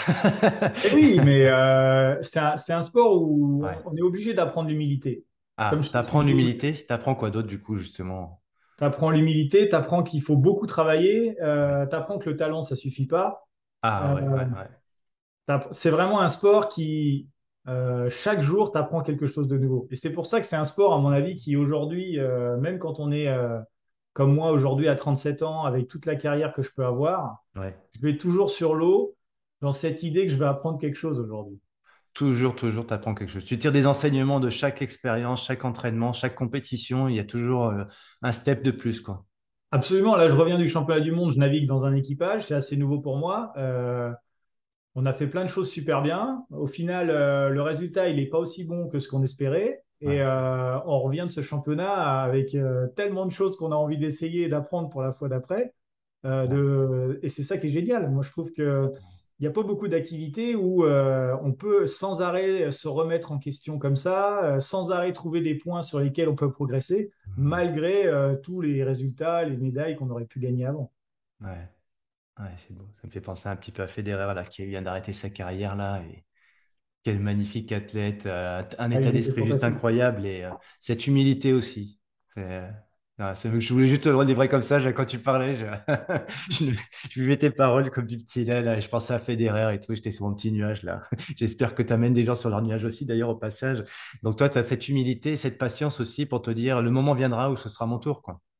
Et oui, mais euh, c'est un, c'est un sport où Ouais. on est obligé d'apprendre l'humilité. Comme Ah, je t'apprends t'expliquais, l'humilité, t'apprends quoi d'autre du coup, justement? tu apprends l'humilité, tu apprends qu'il faut beaucoup travailler, Ouais. euh, tu apprends que le talent, ça suffit pas. Ah Euh, ouais, ouais, ouais. t'app- c'est vraiment un sport qui, euh, chaque jour, tu apprends quelque chose de nouveau. Et c'est pour ça que c'est un sport, à mon avis, qui aujourd'hui, euh, même quand on est euh, comme moi aujourd'hui à trente-sept ans, avec toute la carrière que je peux avoir, Ouais. je vais toujours sur l'eau dans cette idée que je vais apprendre quelque chose aujourd'hui. Toujours, toujours, t'apprends quelque chose. Tu tires des enseignements de chaque expérience, chaque entraînement, chaque compétition. Il y a toujours euh, un step de plus, quoi. Absolument. Là, je reviens du championnat du monde, je navigue dans un équipage, c'est assez nouveau pour moi. Euh, on a fait plein de choses super bien. Au final, euh, le résultat, il n'est pas aussi bon que ce qu'on espérait. Et Ouais. euh, on revient de ce championnat avec euh, tellement de choses qu'on a envie d'essayer et d'apprendre pour la fois d'après. Euh, Ouais. de... Et c'est ça qui est génial. Moi, je trouve que il n'y a pas beaucoup d'activités où euh, on peut sans arrêt se remettre en question comme ça, euh, sans arrêt trouver des points sur lesquels on peut progresser, Mhm. malgré euh, tous les résultats, les médailles qu'on aurait pu gagner avant. Ouais. Ouais, c'est beau. Ça me fait penser un petit peu à Federer, là, qui vient d'arrêter sa carrière, là. Et quel magnifique athlète, euh, un Ah, état il était d'esprit juste fantastique. incroyable et euh, cette humilité aussi. C'est, euh, ah, c'est- je voulais juste te le relivrer comme ça, je- quand tu parlais, je, je, je buvais tes paroles comme du petit lait, là, et je pensais à Federer et tout, j'étais sur mon petit nuage, là. J'espère que tu amènes des gens sur leur nuage aussi, d'ailleurs, au passage. Donc toi, tu as cette humilité, cette patience aussi pour te dire, le moment viendra où ce sera mon tour, quoi.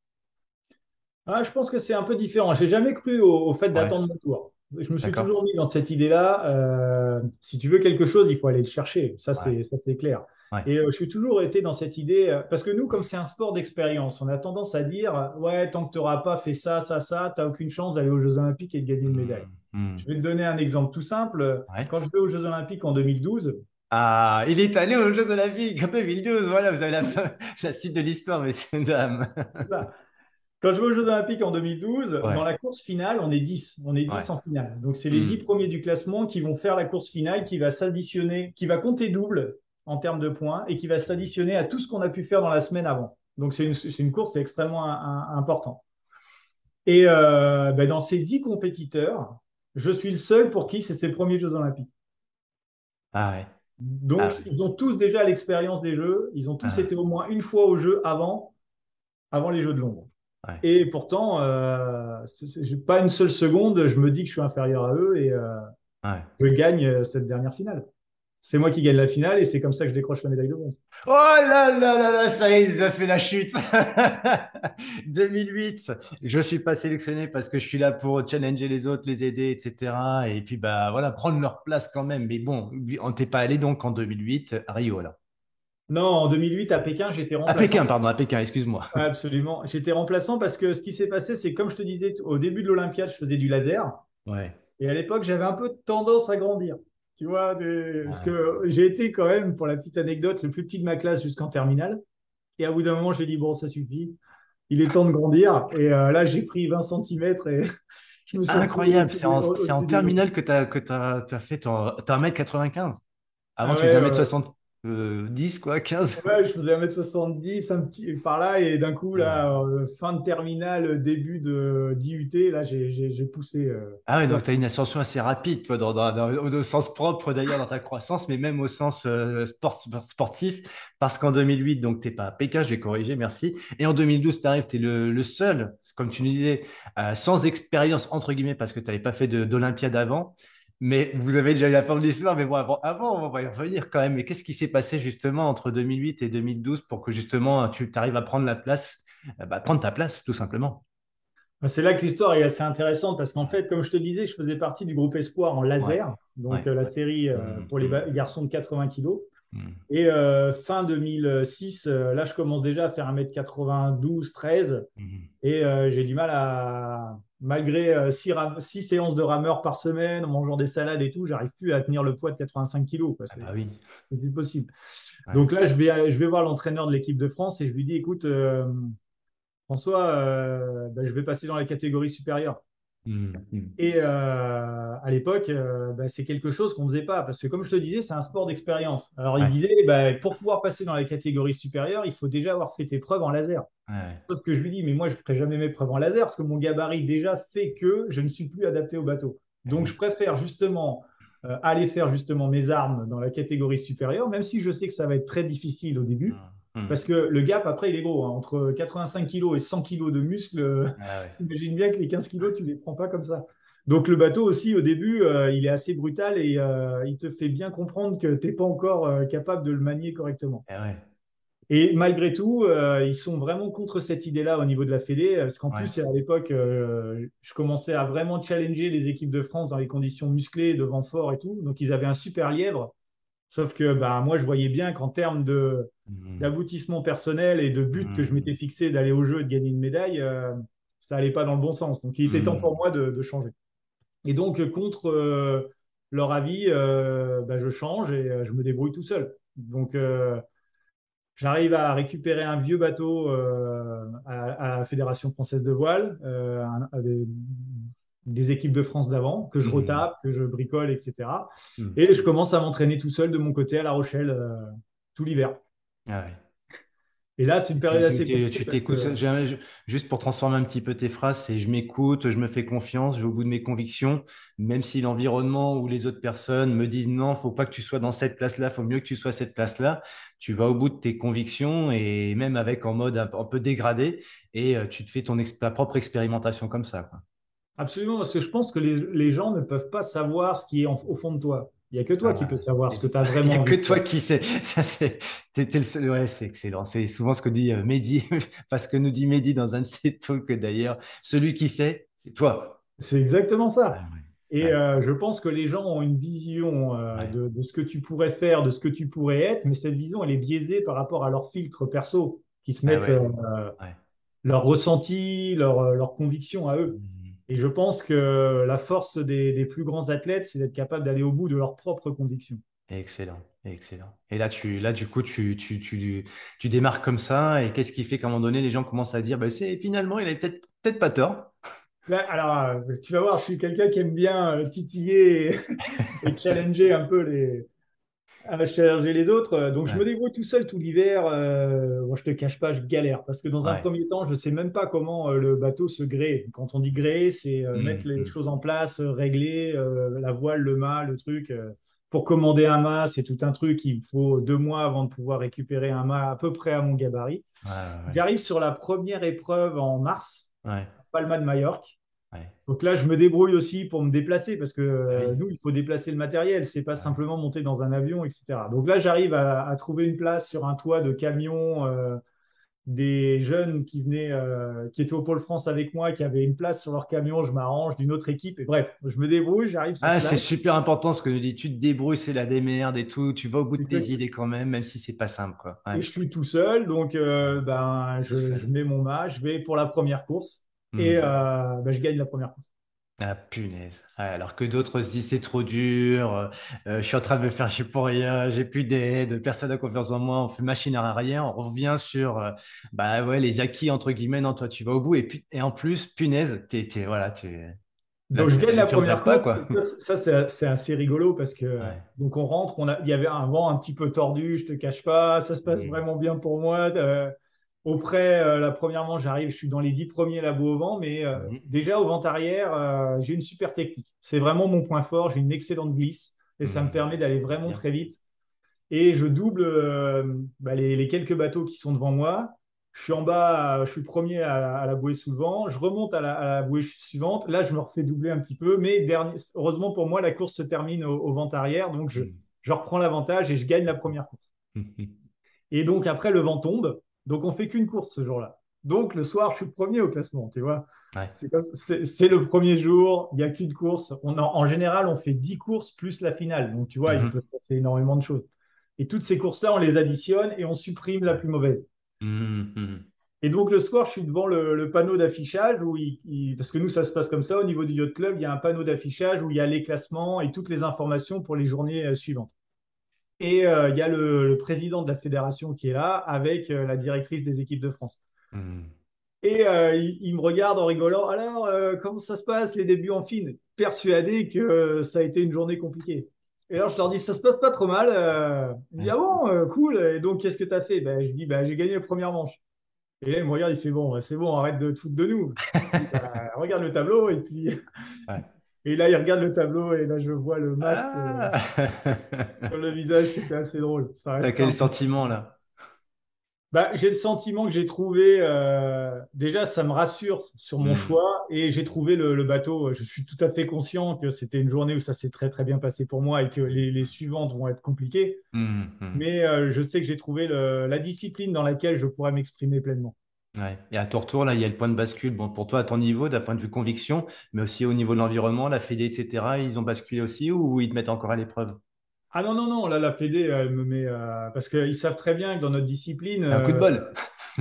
Ah, je pense que c'est un peu différent. J'ai jamais cru au, au fait Ouais, d'attendre mon tour. Je me suis d'accord. toujours mis dans cette idée-là. Euh, si tu veux quelque chose, il faut aller le chercher. Ça, Ouais, c'est ça, c'est clair. ouais. Et euh, je suis toujours été dans cette idée, euh, parce que nous, comme c'est un sport d'expérience, on a tendance à dire, euh, ouais, tant que tu n'auras pas fait ça, ça, ça, tu n'as aucune chance d'aller aux Jeux Olympiques et de gagner une médaille. Hmm, hmm. Je vais te donner un exemple tout simple. Ouais. Quand je vais aux Jeux Olympiques en deux mille douze, Ah, il est allé aux Jeux Olympiques en deux mille douze. Voilà, vous avez la, fin- la suite de l'histoire, messieurs, dames. Quand je vais aux Jeux Olympiques en deux mille douze, dans Ouais, la course finale, on est dix. On est ouais. dix en finale. Donc, c'est les Hmm. dix premiers du classement qui vont faire la course finale, qui va s'additionner, qui va compter double en termes de points et qui va s'additionner à tout ce qu'on a pu faire dans la semaine avant. Donc, c'est une, c'est une course, c'est extrêmement un- un- important. Et euh, ben, dans ces dix compétiteurs, je suis le seul pour qui c'est ses premiers Jeux Olympiques. Ah ouais, Donc, ah ouais, ils ont tous déjà l'expérience des Jeux. Ils ont tous ah été au moins une fois aux Jeux avant, avant les Jeux de Londres. ouais, Et pourtant, euh, c'est- c'est- j'ai pas une seule seconde, je me dis que je suis inférieur à eux et euh, ouais. je gagne euh, cette dernière finale. C'est moi qui gagne la finale et c'est comme ça que je décroche la médaille de bronze. Oh là là là là, ça y est, il a fait la chute. deux mille huit, je suis pas sélectionné parce que je suis là pour challenger les autres, les aider, et cetera. Et puis, bah voilà, prendre leur place quand même. Mais bon, on t'est pas allé donc en deux mille huit à Rio, là. Non, en deux mille huit, à Pékin, j'étais À Pékin, remplaçant. pardon, à Pékin, excuse-moi. Ouais, absolument. J'étais remplaçant parce que ce qui s'est passé, c'est comme je te disais, au début de l'Olympiade, je faisais du laser. Ouais. Et à l'époque, j'avais un peu tendance à grandir. Tu vois, de- parce Ouais. que j'ai été quand même, pour la petite anecdote, le plus petit de ma classe jusqu'en terminale. Et à bout d'un moment, j'ai dit, bon, ça suffit. Il est temps de grandir. Et euh, là, j'ai pris vingt centimètres et je me suis retrouvé Incroyable, au-dessus c'est des, en, au- c'est en au-dessus des autres. terminale que tu as, que t'as, t'as fait ton. T'as un mètre quatre-vingt-quinze. Avant, Ah tu faisais ouais, un mètre ouais, soixante-dix, quoi, quinze. ouais, je faisais un mètre soixante-dix, un petit par là, et d'un coup, Ouais. là, euh, fin de terminale, début de d'I U T, là, j'ai j'ai- j'ai poussé euh, Ah ouais, fort. donc tu as une ascension assez rapide, toi, dans, dans- dans- au, au sens propre d'ailleurs dans ta croissance, mais même au sens euh, sport- sportif, parce qu'en deux mille huit, donc tu n'es pas à Pékin, je vais corriger, merci. Et en deux mille douze, tu arrives, tu es le, le seul, comme tu nous disais, euh, sans expérience, entre guillemets, parce que tu n'avais pas fait de- d'Olympiade avant. Mais vous avez déjà eu la fin de l'histoire, mais bon, avant, avant, on va y revenir quand même. Mais qu'est-ce qui s'est passé justement entre deux mille huit et deux mille douze pour que justement tu arrives à prendre la place, euh, bah, prendre ta place, tout simplement? C'est là que l'histoire est assez intéressante parce qu'en fait, comme je te disais, je faisais partie du groupe Espoir en Ouais, laser, ouais. donc euh, la série euh, Hum, pour les hum, ba- garçons de quatre-vingts kilos. hum. Et euh, fin deux mille six, euh, là, je commence déjà à faire un mètre quatre-vingt-douze, treize, Mhm. et euh, j'ai du mal à, malgré euh, six, ram- six séances de rameur par semaine, en mangeant des salades et tout, j'arrive plus à tenir le poids de quatre-vingt-cinq kilos, quoi. Ah C'est bah oui. c'est plus possible. Ouais. Donc là, je vais, je vais voir l'entraîneur de l'équipe de France et je lui dis, écoute, euh, François, euh, bah, je vais passer dans la catégorie supérieure. Mm, mm. Et euh, à l'époque, euh, bah, c'est quelque chose qu'on ne faisait pas, parce que comme je te disais, c'est un sport d'expérience. Alors il Ouais. disait, bah, pour pouvoir passer dans la catégorie supérieure, il faut déjà avoir fait tes preuves en laser. Ouais. Sauf que je lui dis, mais moi, je ne ferai jamais mes preuves en laser, parce que mon gabarit déjà fait que je ne suis plus adapté au bateau. Eh Donc je oui. préfère justement euh, aller faire justement mes armes dans la catégorie supérieure, même si je sais que ça va être très difficile au début. Mm, mm. Parce que le gap, après, il est gros, hein. Entre quatre-vingt-cinq kilos et cent kilos de muscles, euh, Ah ouais. t'imagines bien que les quinze kilos, tu ne les prends pas comme ça. Donc le bateau aussi, au début, euh, il est assez brutal et euh, il te fait bien comprendre que tu n'es pas encore euh, capable de le manier correctement. Eh ouais. Et malgré tout, euh, ils sont vraiment contre cette idée-là au niveau de la Fédé, parce qu'en Ouais. plus, à l'époque, euh, je commençais à vraiment challenger les équipes de France dans les conditions musclées, de vent fort et tout. Donc ils avaient un super lièvre. Sauf que bah, moi, je voyais bien qu'en termes de, Mm, d'aboutissement personnel et de but que je mm, m'étais fixé d'aller au jeu et de gagner une médaille, euh, ça allait pas dans le bon sens. Donc il était temps pour mm. moi de, de changer. Et donc, contre euh, leur avis, euh, bah, je change et euh, je me débrouille tout seul. Donc, euh, j'arrive à récupérer un vieux bateau euh, à, à la Fédération française de voile, euh, un- un des, des équipes de France d'avant, que je Mm, retape, que je bricole, et cetera. mm. Et je commence à m'entraîner tout seul de mon côté à La Rochelle euh, tout l'hiver. Ah ouais. Et là, c'est une Tu période tu- assez tu- compliquée tu parce t'écoutes, que j'ai un- je- juste pour transformer un petit peu tes phrases, c'est je m'écoute, je me fais confiance, je vais au bout de mes convictions, même si l'environnement ou les autres personnes me disent non, faut pas que tu sois dans cette place-là, faut mieux que tu sois à cette place-là. Tu vas au bout de tes convictions et même avec en mode un, peu un peu dégradé et euh, tu te fais ton ex- ta propre expérimentation comme ça, quoi. absolument, parce que je pense que les, les gens ne peuvent pas savoir ce qui est en- au fond de toi. Il n'y a que toi Ah qui peux bah, savoir ce que tu as il n'y a vraiment que envie de toi faire. qui sais. C'est t'es- t'es le seul- ouais, c'est excellent. C'est souvent ce que dit euh, Mehdi, parce que nous dit Mehdi dans un de ses talks d'ailleurs. Celui qui sait, c'est toi. C'est exactement Ouais, ça. ouais, Et ouais, euh, je pense que les gens ont une vision euh, ouais, de, de ce que tu pourrais faire, de ce que tu pourrais être, mais cette vision, elle est biaisée par rapport à leurs filtres perso, qui se ah mettent ouais, euh, ouais. leurs ressentis, leurs euh, leurs convictions à eux. Mhm. Et je pense que la force des, des plus grands athlètes, c'est d'être capable d'aller au bout de leurs propres convictions. Excellent, excellent. Et là, tu, là, du coup, tu, tu, tu, tu démarres comme ça. Et qu'est-ce qui fait qu'à un moment donné, les gens commencent à dire, bah, c'est finalement, il avait peut-être peut-être pas tort. Là, alors, euh, tu vas voir, je suis quelqu'un qui aime bien euh, titiller et, et challenger un peu les, à challenger les autres. Euh, Donc, je me Ouais, débrouille tout seul tout l'hiver. Euh, bon, je te cache pas, je galère parce que dans un ouais. premier temps, je sais même pas comment euh, le bateau se grée. Quand on dit gréer, c'est euh, mettre Mhm, les mhm. choses en place, euh, régler euh, la voile, le mât, le truc. euh. Pour commander un mât, c'est tout un truc. Il faut deux mois avant de pouvoir récupérer un mât à peu près à mon gabarit. Ouais, ouais, J'arrive sur la première épreuve en mars, ouais, Palma de Majorque. ouais. Donc là, je me débrouille aussi pour me déplacer parce que Ah euh, oui. nous, il faut déplacer le matériel, c'est pas Ah ouais. simplement monter dans un avion, et cetera. Donc là, j'arrive à, à trouver une place sur un toit de camion, euh, des jeunes qui venaient, euh, qui étaient au Pôle France avec moi, qui avaient une place sur leur camion, je m'arrange d'une autre équipe. Et bref, je me débrouille, j'arrive sur Ah, c'est place. super important ce que nous dis. Tu te débrouilles, c'est la démerde et tout. Tu vas au bout de tes Exact. idées quand même, même si c'est pas simple, quoi. Ouais. Et je suis tout seul, donc euh, ben, Tout je, je seul. mets mon mât, je vais pour la première course et Hmm. euh, ben, je gagne la première course. Ah, punaise. Ouais, alors que d'autres se disent c'est trop dur, euh, euh, je suis en train de me faire chier pour rien, j'ai plus d'aide, personne n'a confiance en moi, on fait machine à arrière, on revient sur euh, bah ouais, les acquis entre guillemets, non, toi tu vas au bout et, pu- et en plus, punaise, t'es, t'es- voilà, tu, là, Donc, je tu, gagne tu, la tu première regrettes pas, course. quoi. Ça, c'est ça, c'est c'est assez rigolo parce que Ouais. donc on rentre, on a, il y avait un vent un petit peu tordu, je te cache pas, ça se passe Hmm. vraiment bien pour moi. Euh, auprès, euh, la premièrement, j'arrive, je suis dans les dix premiers labos au vent, mais euh, Mhm. déjà au vent arrière, euh, j'ai une super technique. C'est vraiment mon point fort, j'ai une excellente glisse et ça me Mhm. permet d'aller Très vraiment bien. très vite et je double euh, bah, les, les quelques bateaux qui sont devant moi. Je suis en bas, euh, je suis le premier à, à la bouée sous le vent. Je remonte à la, à la bouée suivante. Là, je me refais doubler un petit peu. Mais dernier, heureusement pour moi, la course se termine au, au vent arrière. Donc, je, Hmm. je reprends l'avantage et je gagne la première course. Mhm. Et donc, après, le vent tombe. Donc, on fait qu'une course ce jour-là. Donc, le soir, je suis le premier au classement, tu vois. Ouais. C'est comme- c'est- c'est le premier jour, il n'y a qu'une course. On en, en général, on fait dix courses plus la finale. Donc, tu vois, il peut Mhm. se passer énormément de choses. Et toutes ces courses-là, on les additionne et on supprime la Ouais. plus mauvaise. Mhm. Mhm. Et donc le soir, je suis devant le, le panneau d'affichage où il, il- parce que nous, ça se passe comme ça au niveau du yacht club, il y a un panneau d'affichage où il y a les classements et toutes les informations pour les journées euh, suivantes. Et euh, il y a le, le président de la fédération qui est là avec euh, la directrice des équipes de France. Hmm. Et euh, il, il me regarde en rigolant. Alors, euh, comment ça se passe les débuts en fine? Persuadé que euh, ça a été une journée compliquée. Et alors, je leur dis, ça se passe pas trop mal. Euh, il me dit, Ouais. ah bon, euh, cool. Et donc, qu'est-ce que tu as fait? Ben, je dis, ben, j'ai gagné la première manche. Et là, il me regarde, il fait, bon, c'est bon, arrête de te foutre de nous. Je dis, ben, regarde le tableau. Et puis, Ouais. et là, il regarde le tableau et là, je vois le masque euh, Ah sur le visage. C'était assez drôle. Ça T'as restera quel un peu. sentiment là? Bah, j'ai le sentiment que j'ai trouvé, euh, déjà, ça me rassure sur mon Hmm. choix et j'ai trouvé le, le bateau. Je suis tout à fait conscient que c'était une journée où ça s'est très très bien passé pour moi et que les, les suivantes vont être compliquées. Hmm, hmm. Mais euh, je sais que j'ai trouvé le- la discipline dans laquelle je pourrais m'exprimer pleinement. Ouais. Et à ton retour, là, il y a le point de bascule. Bon, pour toi, à ton niveau, d'un point de vue conviction, mais aussi au niveau de l'environnement, la Fédé, et cetera, ils ont basculé aussi ou ils te mettent encore à l'épreuve? Ah non, non, non, là, la Fédé, elle me met. euh, parce qu'ils savent très bien que dans notre discipline, T'as un coup de euh, bol.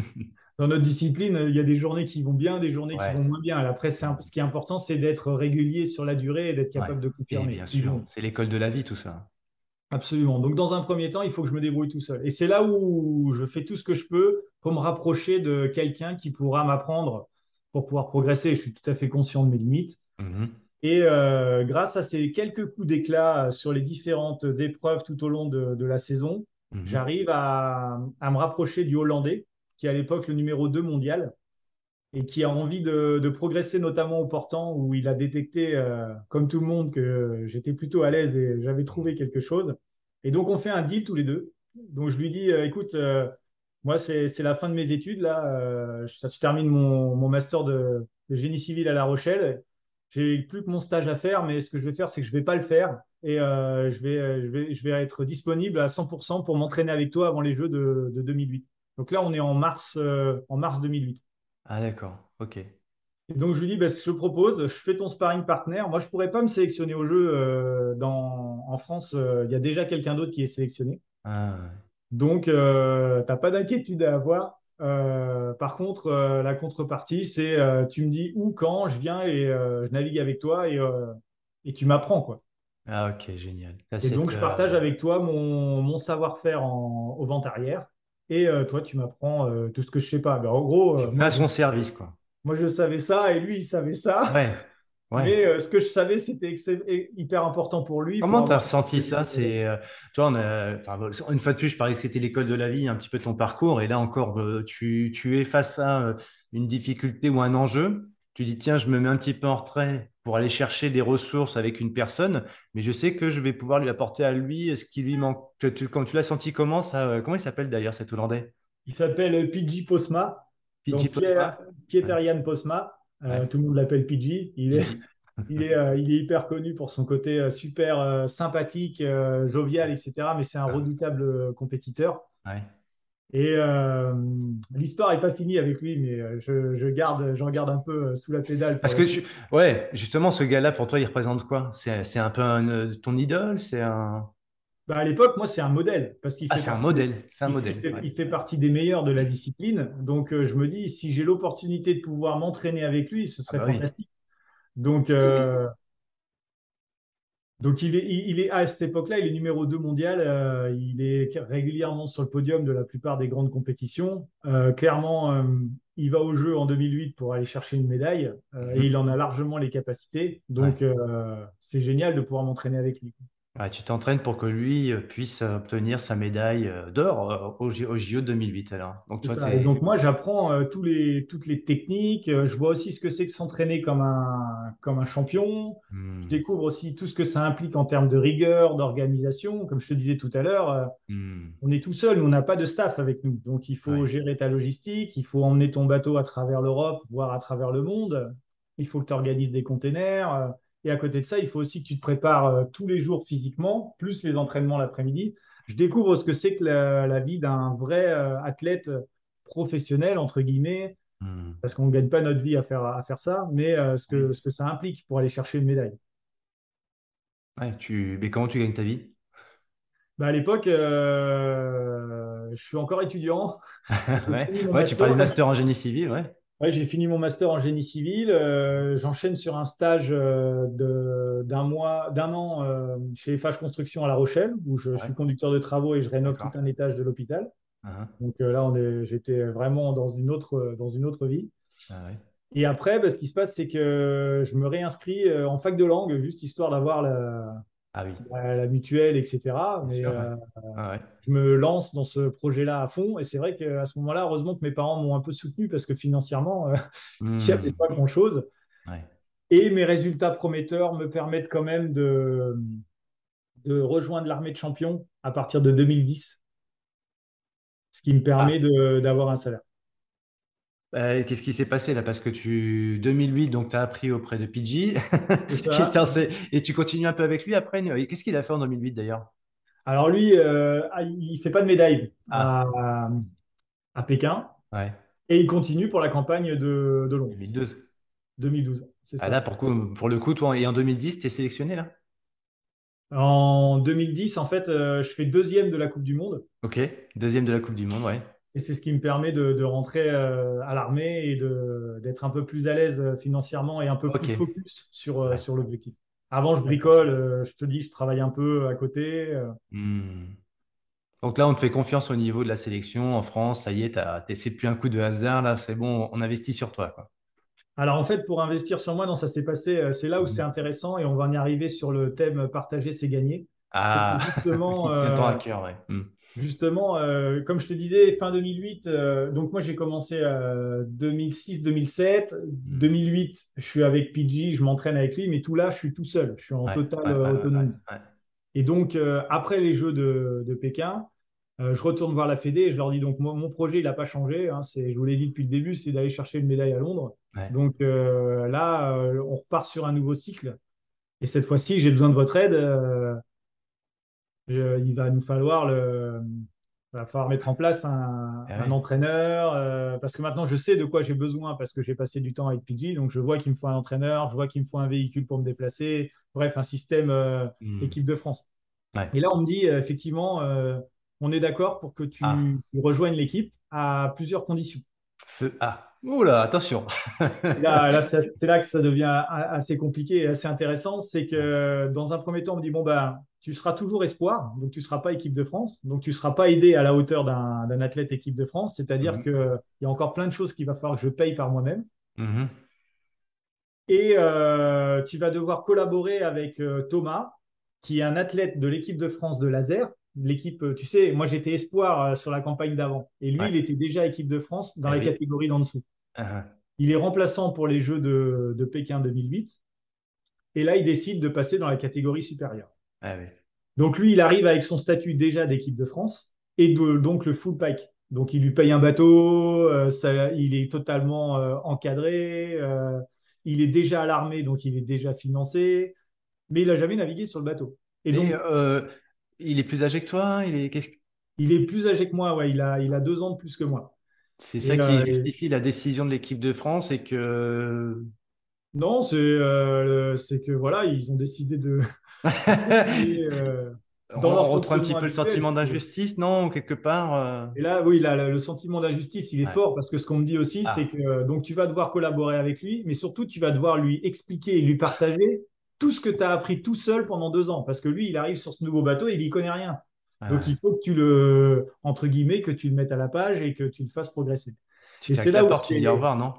dans notre discipline, il y a des journées qui vont bien, des journées qui Ouais. vont moins bien. Après, c'est un- ce qui est important, c'est d'être régulier sur la durée et d'être Ouais. capable de Et confirmer. bien Puis sûr, bon, c'est l'école de la vie, tout ça. absolument. Donc, dans un premier temps, il faut que je me débrouille tout seul. Et c'est là où je fais tout ce que je peux pour me rapprocher de quelqu'un qui pourra m'apprendre pour pouvoir progresser. Je suis tout à fait conscient de mes limites. Mhm. Et euh, grâce à ces quelques coups d'éclat sur les différentes épreuves tout au long de, de la saison, Mhm. j'arrive à, à me rapprocher du Hollandais, qui est à l'époque le numéro deux mondial et qui a envie de, de progresser, notamment au portant, où il a détecté, euh, comme tout le monde, que j'étais plutôt à l'aise et j'avais trouvé quelque chose. Et donc, on fait un deal tous les deux. Donc, je lui dis, euh, écoute, euh, moi, c'est, c'est la fin de mes études, là. Euh, ça, je termine mon, mon master de, de génie civil à La Rochelle. J'ai plus que mon stage à faire, mais ce que je vais faire, c'est que je vais pas le faire. Et euh, je vais, euh, je vais, je vais être disponible à cent pour cent pour m'entraîner avec toi avant les Jeux de, de deux mille huit. Donc là, on est en mars, euh, en mars deux mille huit. Ah, d'accord. Ok. Et donc, je lui dis, bah, je te propose, je fais ton sparring partner. Moi, je ne pourrais pas me sélectionner au jeu. Euh, dans, en France, euh, il y a déjà quelqu'un d'autre qui est sélectionné. Ah, Donc, euh, tu n'as pas d'inquiétude à avoir. Euh, par contre, euh, la contrepartie, c'est euh, tu me dis où, quand, je viens et euh, je navigue avec toi et, euh, et tu m'apprends, quoi. ah, ok, génial. T'as Et donc, cette, je partage euh, avec toi mon, mon savoir-faire en, au vent arrière. Et euh, toi, tu m'apprends euh, tout ce que je sais pas. Ben, en gros, tu euh, me mets moi, à je, son service, quoi. moi, je savais ça et lui, il savait ça. Ouais, ouais. Mais euh, ce que je savais, c'était que c'est hyper important pour lui pour Comment tu as avoir ressenti ce que ça? C'est, euh, toi, on a- enfin, bon, une fois de plus, je parlais que c'était l'école de la vie, un petit peu ton parcours, et là encore, euh, tu, tu es face à euh, une difficulté ou un enjeu. Tu dis, tiens, je me mets un petit peu en retrait pour aller chercher des ressources avec une personne, mais je sais que je vais pouvoir lui apporter à lui ce qui lui manque. Que tu- Quand tu l'as senti, comment ça, euh, comment il s'appelle d'ailleurs cet Hollandais? Il s'appelle P J Posma, P J donc Pierre, Postma? Ouais, Pieter-Jan Posma. ouais, Euh, tout le monde l'appelle P J. Il est, P J. il est, euh, il est hyper connu pour son côté euh, super euh, sympathique, euh, jovial, et cetera. Mais c'est un Ah, redoutable euh, compétiteur. ouais. Et euh, l'histoire n'est pas finie avec lui, mais euh, je, je garde, j'en garde un peu euh, sous la pédale pour Parce la que, suite. tu- ouais, justement, ce gars-là, pour toi, il représente quoi? C'est, c'est un peu un, euh, ton idole? C'est un... Bah, à l'époque, moi, c'est un modèle parce qu'il Ah, fait c'est un partie des, modèle. C'est un il fait, il modèle. fait- Ouais. il fait partie des meilleurs de la discipline. Donc, euh, je me dis, si j'ai l'opportunité de pouvoir m'entraîner avec lui, ce Ah serait bah oui. fantastique. Donc, Oui, oui. euh, donc il est, il, il est à cette époque-là, il est numéro deux mondial. Euh, il est régulièrement sur le podium de la plupart des grandes compétitions. Euh, clairement, euh, il va au jeu en deux mille huit pour aller chercher une médaille euh, et il Mhm. en a largement les capacités. Ouais. Donc, euh, c'est génial de pouvoir m'entraîner avec lui. Ouais, tu t'entraînes pour que lui euh, puisse euh, obtenir sa médaille euh, d'or euh, au, J- au J O deux mille huit alors. Donc C'est toi, ça. Et t'es... donc moi, j'apprends euh, tous les, toutes les techniques. Euh, je vois aussi ce que c'est que s'entraîner comme un, comme un champion. Je Hmm. découvre aussi tout ce que ça implique en termes de rigueur, d'organisation. Comme je te disais tout à l'heure, euh, Hmm. on est tout seul, on n'a pas de staff avec nous. Donc il faut Ouais. gérer ta logistique, il faut emmener ton bateau à travers l'Europe, voire à travers le monde. Il faut que tu organises des containers. euh, et à côté de ça, il faut aussi que tu te prépares euh, tous les jours physiquement, plus les entraînements l'après-midi. Je découvre ce que c'est que la, la vie d'un vrai euh, athlète professionnel, entre guillemets, Hmm. parce qu'on ne gagne pas notre vie à faire, à faire ça, mais euh, ce que, Oui. ce que ça implique pour aller chercher une médaille. Ouais, tu... Mais comment tu gagnes ta vie? Bah, à l'époque, euh, je suis encore étudiant. J'ai Ouais. fini mon Ouais, tu master. parlais de master en génie civil, ouais. Ouais, j'ai fini mon master en génie civil. Euh, j'enchaîne sur un stage euh, de, d'un mois, d'un an euh, chez F H Construction à La Rochelle, où je, Ouais, suis conducteur de travaux et je rénove tout d'accord. un étage de l'hôpital. Uhum. Donc euh, là, on est, j'étais vraiment dans une autre, dans une autre vie. Ah ouais. Et après, bah, ce qui se passe, c'est que je me réinscris euh, en fac de langue, juste histoire d'avoir la, Ah oui, la, la mutuelle, et cetera. bien Mais sûr, ouais. euh, Ah ouais. je me lance dans ce projet-là à fond. Et c'est vrai qu'à ce moment-là, heureusement que mes parents m'ont un peu soutenu parce que financièrement, euh, il n'y avait Hmm. pas grand-chose. Ouais. Et mes résultats prometteurs me permettent quand même de, de rejoindre l'armée de champions à partir de deux mille dix, ce qui me Ah, permet de- d'avoir un salaire. euh, qu'est-ce qui s'est passé là? Parce que tu, deux mille huit, donc tu as appris auprès de Pidgey, C'est qui était ça. un C- et tu continues un peu avec lui après. Et qu'est-ce qu'il a fait en deux mille huit d'ailleurs? Alors lui, euh, ah, il ne fait pas de médaille Ah, à, à Pékin ouais, et il continue pour la campagne de, de Londres, deux mille douze. deux mille douze. C'est Ah là, ça. pour, coup- pour le coup, toi, et en deux mille dix, tu es sélectionné là? En deux mille dix, en fait, euh, je fais deuxième de la Coupe du Monde Ok, deuxième de la Coupe du Monde, ouais. et c'est ce qui me permet de, de rentrer euh, à l'armée et de, d'être un peu plus à l'aise euh, financièrement et un peu plus Ok, focus sur, euh, ouais, sur l'objectif. Avant, je d'accord. bricole, euh, je te dis, je travaille un peu à côté. euh. Hmm. Donc là, on te fait confiance au niveau de la sélection en France. Ça y est, t'as- t'es- c'est plus un coup de hasard là, c'est bon, on investit sur toi, quoi. Alors en fait, pour investir sur moi, non, ça s'est passé, euh, c'est là où c'est Mhm. intéressant et on va y arriver sur le thème partager, c'est gagner. C'est que Ah, justement, qui te tient tant à euh, cœur, ouais. Hmm. Justement, euh, comme je te disais, fin deux mille huit, euh, donc moi j'ai commencé euh, deux mille six, deux mille sept. Hmm. deux mille huit, je suis avec P G, je m'entraîne avec lui, mais tout là, je suis tout seul, je suis en Ouais, totale ouais, euh, ouais, ouais, ouais, autonomie. ouais. Et donc, euh, après les Jeux de, de Pékin, euh, je retourne voir la Fédé et je leur dis donc, moi, mon projet, il n'a pas changé, hein, c'est, je vous l'ai dit depuis le début, c'est d'aller chercher une médaille à Londres. Ouais. Donc euh, là, euh, on repart sur un nouveau cycle. Et cette fois-ci, j'ai besoin de votre aide. euh, euh, il va nous falloir le, il va falloir mettre en place un, Ah un ouais. entraîneur euh, parce que maintenant je sais de quoi j'ai besoin parce que j'ai passé du temps avec P G, donc je vois qu'il me faut un entraîneur, je vois qu'il me faut un véhicule pour me déplacer, bref, un système euh, Hmm. équipe de France. Ouais. Et là, on me dit euh, effectivement, euh, on est d'accord pour que Ah, tu, tu rejoignes l'équipe à plusieurs conditions. feu. Ah, oula, attention. Et là, là, c'est c'est là que ça devient a- assez compliqué et assez intéressant. C'est Ouais. que dans un premier temps, on me dit, bon, ben, tu seras toujours espoir, donc tu ne seras pas équipe de France, donc tu ne seras pas aidé à la hauteur d'un d'un athlète équipe de France, c'est-à-dire Mhm. qu'il y a encore plein de choses qu'il va falloir que je paye par moi-même. Mhm. Et euh, tu vas devoir collaborer avec euh, Thomas, qui est un athlète de l'équipe de France de laser. L'équipe, euh, tu sais, moi j'étais espoir euh, sur la campagne d'avant, et lui, Ouais. il était déjà équipe de France dans Eh la oui. catégorie d'en dessous. Ah, Il est remplaçant pour les Jeux de, de Pékin deux mille huit. Et là, il décide de passer dans la catégorie supérieure. ah oui. Donc lui, il arrive avec son statut déjà d'équipe de France et de- donc le full pack. Donc il lui paye un bateau, euh, ça- il est totalement euh, encadré, euh, il est déjà à l'armée, donc il est déjà financé, mais il n'a jamais navigué sur le bateau. Et Mais donc, euh, il est plus âgé que toi, il est... qu'est-ce- il est plus âgé que moi, ouais, il a, il a deux ans de plus que moi. C'est ça Et qui euh, justifie la décision de l'équipe de France et que... non, c'est euh, c'est que voilà, ils ont décidé de, de continuer euh, On, dans leur on retrouve un petit fonctionnement peu le habituel. sentiment d'injustice, non? Quelque part. euh, Et là, oui, là, le le sentiment d'injustice, il est Ouais. fort parce que ce qu'on me dit aussi, c'est Ah, que euh, donc tu vas devoir collaborer avec lui, mais surtout tu vas devoir lui expliquer et lui partager tout ce que tu as appris tout seul pendant deux ans, parce que lui, il arrive sur ce nouveau bateau et il n'y connaît rien. Donc ouais. il faut que tu le, entre guillemets, que tu le mettes à la page et que tu le fasses progresser. Tu Et c'est claques là la où porte, tu dis au c'est, revoir, non?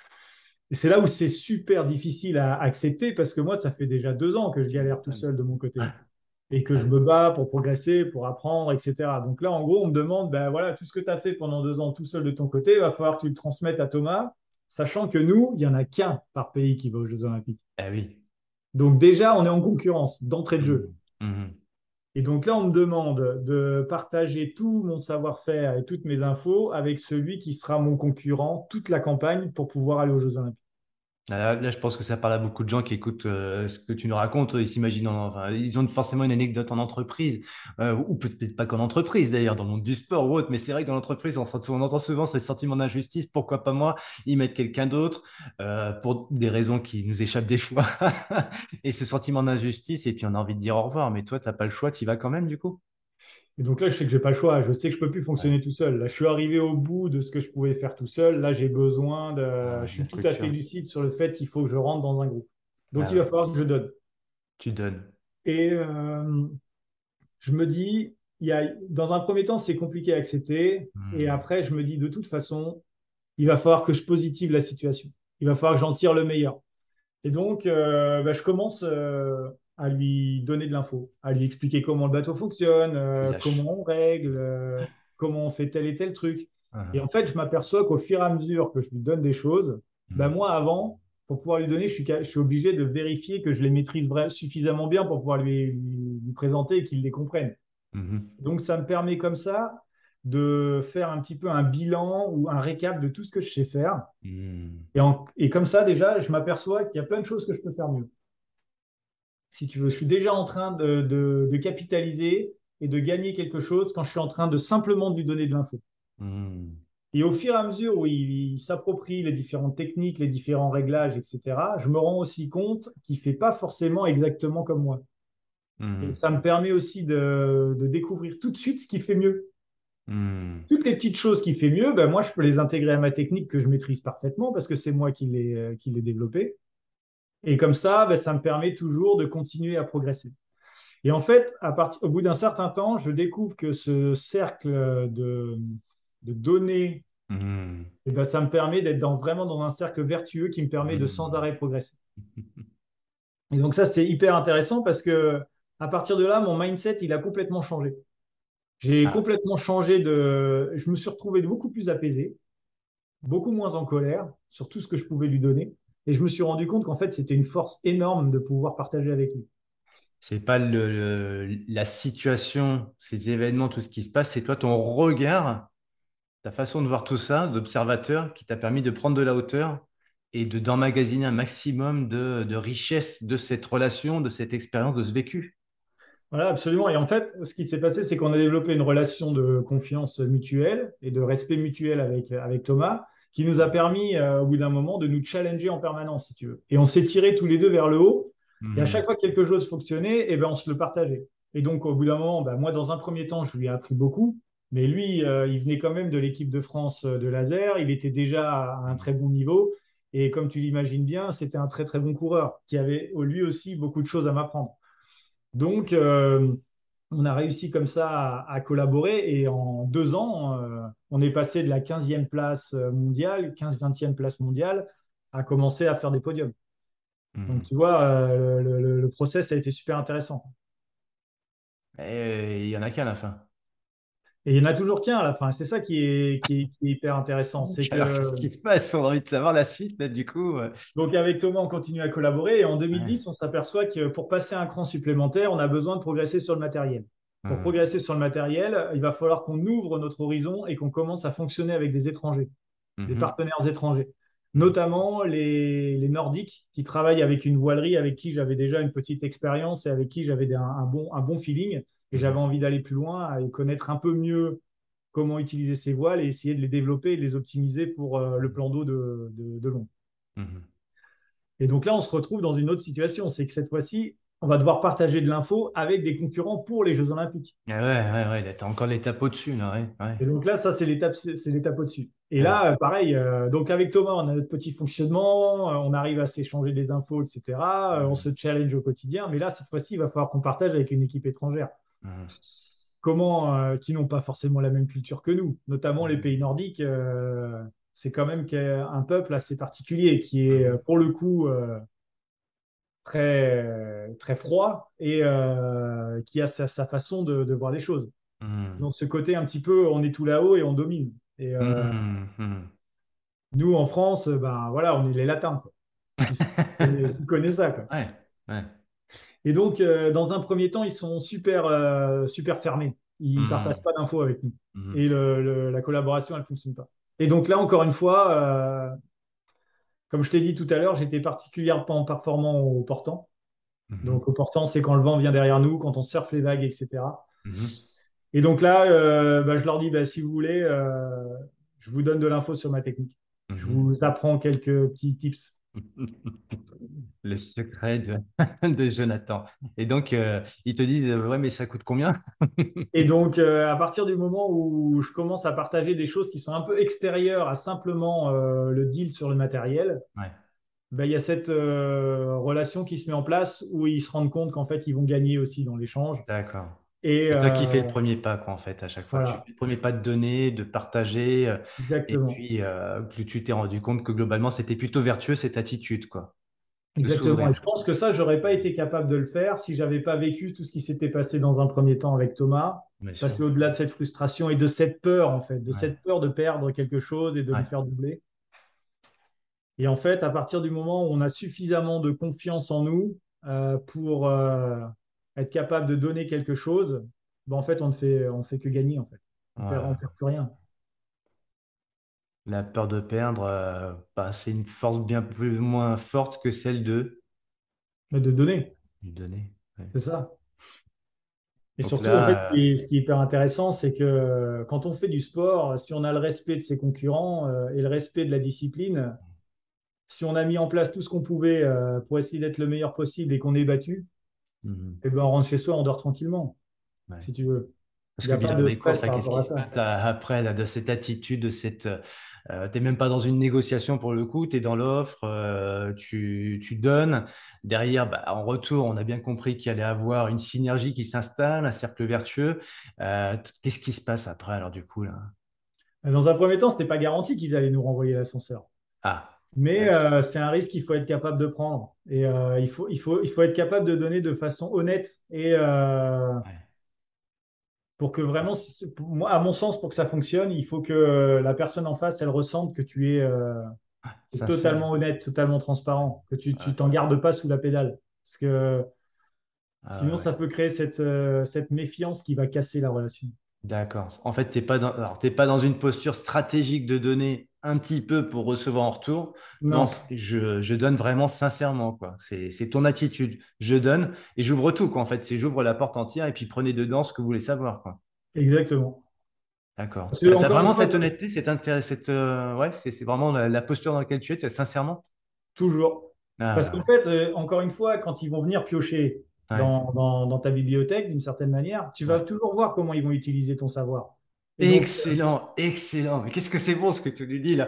et c'est là où c'est super difficile à accepter parce que moi, ça fait déjà deux ans que je Tu galère tout m'étonnes. seul de mon Ouais. côté et que je Ouais. me bats pour progresser, pour apprendre, et cetera. Donc là, en gros, on me demande, ben voilà, tout ce que tu as fait pendant deux ans tout seul de ton côté, il va falloir que tu le transmettes à Thomas, sachant que nous, il n'y en a qu'un par pays qui va aux Jeux Olympiques. Eh oui. Donc déjà, on est en concurrence d'entrée de jeu. Mhm. Mhm. Et donc là, on me demande de partager tout mon savoir-faire et toutes mes infos avec celui qui sera mon concurrent toute la campagne pour pouvoir aller aux Jeux Olympiques. Là, là, je pense que ça parle à beaucoup de gens qui écoutent euh, ce que tu nous racontes. Ils s'imaginent, en- enfin, ils ont forcément une anecdote en entreprise, euh, ou peut-être pas qu'en entreprise d'ailleurs, dans le monde du sport ou autre, mais c'est vrai que dans l'entreprise, on, sent- on entend souvent ce sentiment d'injustice. Pourquoi pas moi? Ils mettent quelqu'un d'autre euh, pour des raisons qui nous échappent des fois. Et ce sentiment d'injustice, et puis on a envie de dire au revoir, mais toi, tu n'as pas le choix, tu y vas quand même du coup? Et donc là, je sais que j'ai pas le choix. Je sais que je peux plus Ouais. fonctionner tout seul. Là, je suis arrivé au bout de ce que je pouvais faire tout seul. Là, j'ai besoin de. Ah, Je de la suis tout à fait structure. lucide sur le fait qu'il faut que je rentre dans un groupe. Donc, Ah il va ouais, falloir que je donne. tu donnes. Et euh, je me dis, il y a, dans un premier temps, c'est compliqué à accepter. Et Hmm. après, je me dis, de toute façon, il va falloir que je positive la situation. Il va falloir que j'en tire le meilleur. Et donc, euh, bah, je commence euh, à lui donner de l'info, à lui expliquer comment le bateau fonctionne, Tu euh, lâches. comment on règle, euh, comment on fait tel et tel truc. Et Ah. en fait, je m'aperçois qu'au fur et à mesure que je lui donne des choses, bah, Hmm. moi, avant, pour pouvoir lui donner, je suis, je suis obligé de vérifier que je les maîtrise vra- suffisamment bien pour pouvoir lui, lui- lui présenter et qu'il les comprenne. Mhm. Donc, ça me permet comme ça de faire un petit peu un bilan ou un récap de tout ce que je sais faire. Hmm. Et, en- et comme ça, déjà, je m'aperçois qu'il y a plein de choses que je peux faire mieux. Si tu veux, je suis déjà en train de, de- de capitaliser et de gagner quelque chose quand je suis en train de simplement de lui donner de l'info. Hmm. Et au fur et à mesure où il, il s'approprie les différentes techniques, les différents réglages, et cetera, je me rends aussi compte qu'il ne fait pas forcément exactement comme moi. Et Hmm. ça me permet aussi de, de découvrir tout de suite ce qu'il fait mieux. Hmm. Toutes les petites choses qu'il fait mieux, ben moi, je peux les intégrer à ma technique que je maîtrise parfaitement parce que c'est moi qui l'ai euh, qui l'ai développée. Et comme ça, ben, ça me permet toujours de continuer à progresser. Et en fait, à partir, au bout d'un certain temps, je découvre que ce cercle de, de données, Hmm. eh ben, ça me permet d'être dans, vraiment dans un cercle vertueux qui me permet de sans Hmm. arrêt progresser. Et donc ça, c'est hyper intéressant parce que à partir de là, mon mindset, il a complètement changé. J'ai Ah, complètement changé de... Je me suis retrouvé beaucoup plus apaisé, beaucoup moins en colère sur tout ce que je pouvais lui donner. Et je me suis rendu compte qu'en fait, c'était une force énorme de pouvoir partager avec lui. c'est pas le, le- la situation, ces événements, tout ce qui se passe, c'est toi, ton regard, ta façon de voir tout ça, d'observateur, qui t'a permis de prendre de la hauteur et de d'emmagasiner un maximum de, de richesse de cette relation, de cette expérience, de ce vécu. Voilà, absolument. Et en fait, ce qui s'est passé, c'est qu'on a développé une relation de confiance mutuelle et de respect mutuel avec, avec Thomas, qui nous a permis, euh, au bout d'un moment, de nous challenger en permanence, si tu veux. Et on s'est tirés tous les deux vers le haut. Et à chaque Mhm. fois que quelque chose fonctionnait, eh ben, on se le partageait. Et donc, au bout d'un moment, bah, moi, dans un premier temps, je lui ai appris beaucoup. Mais lui, euh, il venait quand même de l'équipe de France euh, de laser. Il était déjà à un très bon niveau. Et comme tu l'imagines bien, c'était un très, très bon coureur qui avait, lui aussi, beaucoup de choses à m'apprendre. Donc, euh, on a réussi comme ça à, à collaborer et en deux ans, euh, on est passé de la quinzième place mondiale, quinze vingtième place mondiale, à commencer à faire des podiums. Donc, Mhm. tu vois, euh, le, le- le process a été super intéressant. Et il y en a qu'à la fin. Et il y en a toujours qu'un à la fin. C'est ça qui est, qui est, qui est hyper intéressant. C'est Alors, que, qu'est-ce qui se passe? On a envie de savoir la suite, là, du coup. euh. donc, avec Thomas, on continue à collaborer et en Ouais. deux mille dix, on s'aperçoit que pour passer un cran supplémentaire, on a besoin de progresser sur le matériel. Pour Mhm. progresser sur le matériel, il va falloir qu'on ouvre notre horizon et qu'on commence à fonctionner avec des étrangers, des Mhm. partenaires étrangers, Mhm. notamment les, les Nordiques qui travaillent avec une voilerie avec qui j'avais déjà une petite expérience et avec qui j'avais des- un, un bon, un bon feeling. Et j'avais Mhm. envie d'aller plus loin et connaître un peu mieux comment utiliser ces voiles et essayer de les développer et de les optimiser pour euh, le plan d'eau de, de, de long. Mhm. Et donc là, on se retrouve dans une autre situation, c'est que cette fois-ci, on va devoir partager de l'info avec des concurrents pour les Jeux Olympiques. Ah ouais, ouais, ouais, là, t'as encore l'étape au-dessus, là, ouais, ouais, Et donc là, ça, c'est l'étape, c'est l'étape au-dessus. Et ouais. là, euh, pareil, euh, donc avec Thomas, on a notre petit fonctionnement, euh, on arrive à s'échanger des infos, et cetera. Euh, on Mhm. se challenge au quotidien. Mais là, cette fois-ci, il va falloir qu'on partage avec une équipe étrangère. Mhm. Comment, euh, qui n'ont pas forcément la même culture que nous, notamment les Mhm. pays nordiques. Euh, c'est quand même un peuple assez particulier qui est, euh, Mhm. pour le coup, euh, très, très froid et euh, qui a sa, sa façon de, de voir les choses. Mhm. Donc ce côté un petit peu, on est tout là-haut et on domine. Et euh, Mhm. Mhm. nous, en France, ben voilà, on est les latins, quoi. Tu, sais- tu connais ça, quoi. Ouais, ouais. Et donc, euh, dans un premier temps, ils sont super, euh, super fermés. Ils partagent Mhm. pas d'infos avec nous. Mhm. Et le- le- la collaboration, elle fonctionne pas. Et donc là, encore une fois, euh, comme je t'ai dit tout à l'heure, j'étais particulièrement performant au portant. Mhm. Donc au portant, c'est quand le vent vient derrière nous, quand on surfe les vagues, et cetera. Mhm. Et donc là, euh, bah, je leur dis, bah, si vous voulez, euh, je vous donne de l'info sur ma technique. Je Mhm. vous apprends quelques petits tips. Le secret de, de Jonathan. Et donc, euh, ils te disent, euh, ouais, mais ça coûte combien? Et donc, euh, à partir du moment où je commence à partager des choses qui sont un peu extérieures à simplement euh, le deal sur le matériel, Ouais, ben, il y a cette euh, relation qui se met en place où ils se rendent compte qu'en fait, ils vont gagner aussi dans l'échange. d'accord. Et C'est toi qui fais euh, le premier pas, quoi, en fait, à chaque fois. Tu fais voilà, le premier pas de donner, de partager, euh, et exactement. puis euh, que tu t'es rendu compte que globalement, c'était plutôt vertueux cette attitude, quoi, de Exactement. Et s'ouvrir. je pense que ça, j'aurais pas été capable de le faire si j'avais pas vécu tout ce qui s'était passé dans un premier temps avec Thomas, Bien sûr. passer au-delà de cette frustration et de cette peur, en fait, de Ouais, cette peur de perdre quelque chose et de me ouais, faire doubler. Et en fait, à partir du moment où on a suffisamment de confiance en nous euh, pour euh, être capable de donner quelque chose, ben, en fait, on ne fait, on fait que gagner, en fait. On perd, on ouais. perd plus rien. La peur de perdre, euh, bah, c'est une force bien plus moins forte que celle de, Mais de donner, de donner. Ouais. c'est ça. Et Donc surtout, en fait, ce là, qui est, ce qui est hyper intéressant, c'est que quand on fait du sport, si on a le respect de ses concurrents euh, et le respect de la discipline, si on a mis en place tout ce qu'on pouvait euh, pour essayer d'être le meilleur possible et qu'on est battu, euh, mhm, eh ben, on rentre chez soi, on dort tranquillement, ouais. si tu veux. Parce Il n'y que a le pas bilan de des courses, stress là, par qu'est-ce rapport qui à se ça. passe là, après, là, de cette attitude, de cette, euh, t'es même pas dans une négociation pour le coup, tu es dans l'offre, euh, tu, tu donnes. Derrière, bah, en retour, on a bien compris qu'il allait avoir une synergie qui s'installe, un cercle vertueux. Euh, t- qu'est-ce qui se passe après, alors, du coup, là? Dans un premier temps, ce n'était pas garanti qu'ils allaient nous renvoyer l'ascenseur. Ah, Mais d'accord. euh, c'est un risque qu'il faut être capable de prendre. Et euh, il faut, il faut, il faut être capable de donner de façon honnête et euh, Ouais. pour que vraiment, si- pour moi, à mon sens, pour que ça fonctionne, il faut que euh, la personne en face, elle ressente que tu es euh, Sincère. totalement honnête, totalement transparent, que tu, tu Ouais. t'en gardes pas sous la pédale. Parce que Ah, sinon, ouais, ouais. ça peut créer cette, euh, cette méfiance qui va casser la relation. D'accord. En fait, t'es pas dans, alors, t'es pas dans une posture stratégique de donner un petit peu pour recevoir en retour. Non, Non, c'est- je, je donne vraiment sincèrement, quoi. C'est, c'est ton attitude. Je donne et j'ouvre tout, quoi. En fait, c'est j'ouvre la porte entière et puis prenez dedans ce que vous voulez savoir, quoi. exactement. D'accord. Parce que, T'as, t'as encore une vraiment fois, cette honnêteté, cette, inté- cette, euh, ouais, c'est, c'est vraiment la, la posture dans laquelle tu es, t'as- sincèrement. toujours. Parce Ah, qu'en fait, euh, encore une fois, quand ils vont venir piocher ouais, dans, dans- dans ta bibliothèque, d'une certaine manière, tu ouais, vas ouais. toujours voir comment ils vont utiliser ton savoir. Et donc, Excellent, excellent. Mais qu'est-ce que c'est bon ce que tu nous dis là?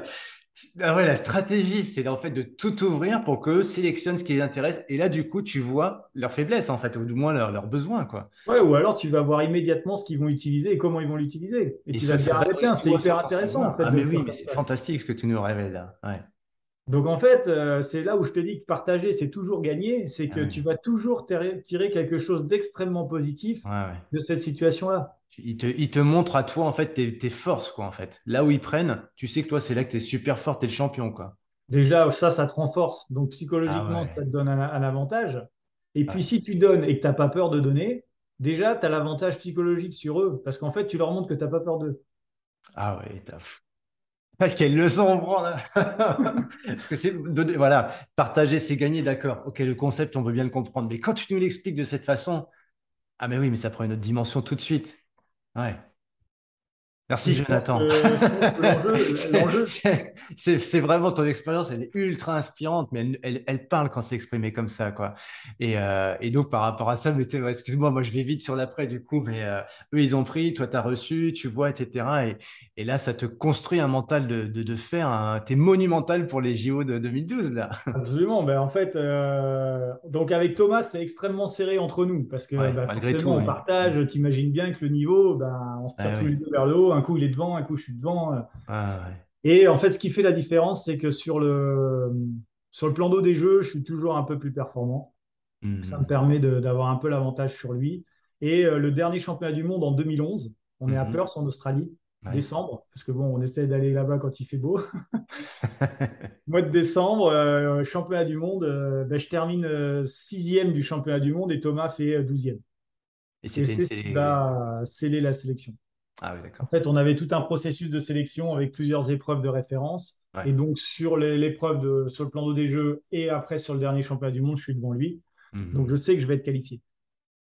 Ah ouais, la stratégie, c'est en fait de tout ouvrir pour qu'eux sélectionnent ce qui les intéresse. Et là, du coup, tu vois leurs faiblesses, en fait, ou du moins leurs leurs besoins, quoi. ouais, ou alors tu vas voir immédiatement ce qu'ils vont utiliser et comment ils vont l'utiliser. Et Et tu vas ça, te ça dire, ah ben valorise tiens, c'est toi hyper sur ton intéressant en savoir. fait Ah, de mais le oui, faire mais comme c'est ça. fantastique ce que tu nous révèles là. Ouais. Donc en fait, euh, c'est là où je te dis que partager, c'est toujours gagner, c'est Ah que tu oui. vas toujours tirer, tirer quelque chose d'extrêmement positif Ouais, ouais. de cette situation-là. Ils te, ils te montrent à toi, en fait, tes, tes forces, quoi, en fait. Là où ils prennent, tu sais que toi, c'est là que tu es super fort, tu es le champion, quoi. Déjà, ça, ça te renforce. Donc Ah psychologiquement, ça ouais. te donne un, un avantage. Et puis Ouais. si tu donnes et que tu n'as pas peur de donner, déjà, tu as l'avantage psychologique sur eux, parce qu'en fait, tu leur montres que tu n'as pas peur d'eux. Ah ouais, t'as- Ah, quelle leçon on prend là! Parce que c'est donner- voilà, partager, c'est gagner, d'accord. Ok, le concept, on veut bien le comprendre. Mais quand tu nous l'expliques de cette façon, ah mais oui, mais ça prend une autre dimension tout de suite. Ouais. Et Merci, je pense Jonathan. que, je pense que l'enjeu, C'est l'enjeu, c'est- c'est- c'est vraiment ton expérience, elle est ultra inspirante, mais elle, elle, elle parle quand c'est exprimé comme ça, quoi. Et, euh, et donc, par rapport à ça, mais t'es- ouais, excuse-moi, moi je vais vite sur l'après, du coup, mais euh, eux, ils ont pris, toi, tu as reçu, tu vois, et cetera. Et, et là, ça te construit un mental de, de, de fer, un, t'es monumental pour les J O de deux mille douze, là. absolument. Ben, en fait, euh, donc avec Thomas, c'est extrêmement serré entre nous parce que Ouais, ben, malgré tout, forcément, on ouais. Mm. partage. T'imagines bien que le niveau, ben, on se tire Ouais, tous les ouais. deux vers le haut. Un coup, il est devant, un coup, je suis devant. euh. Ah, ouais. Et en fait, ce qui fait la différence, c'est que sur le, sur le plan d'eau des jeux, je suis toujours un peu plus performant. Ça me Mhm. permet de- d'avoir un peu l'avantage sur lui. Et euh, le dernier championnat du monde en deux mille onze, on est à Mhm. Perth en Australie, Ouais. décembre, parce que bon, on essaie d'aller là-bas quand il fait beau. Mois de décembre, euh, championnat du monde, euh, ben, je termine euh, sixième du championnat du monde et Thomas fait euh, douzième. Et Et c'était une c'est ce qui série. va sceller la sélection. Ah oui, En d'accord. fait, on avait tout un processus de sélection avec plusieurs épreuves de référence. Ouais. Et donc, sur les- l'épreuve de, sur le plan d'eau des Jeux et après sur le dernier championnat du monde, je suis devant lui. Donc, Mhm. je sais que je vais être qualifié.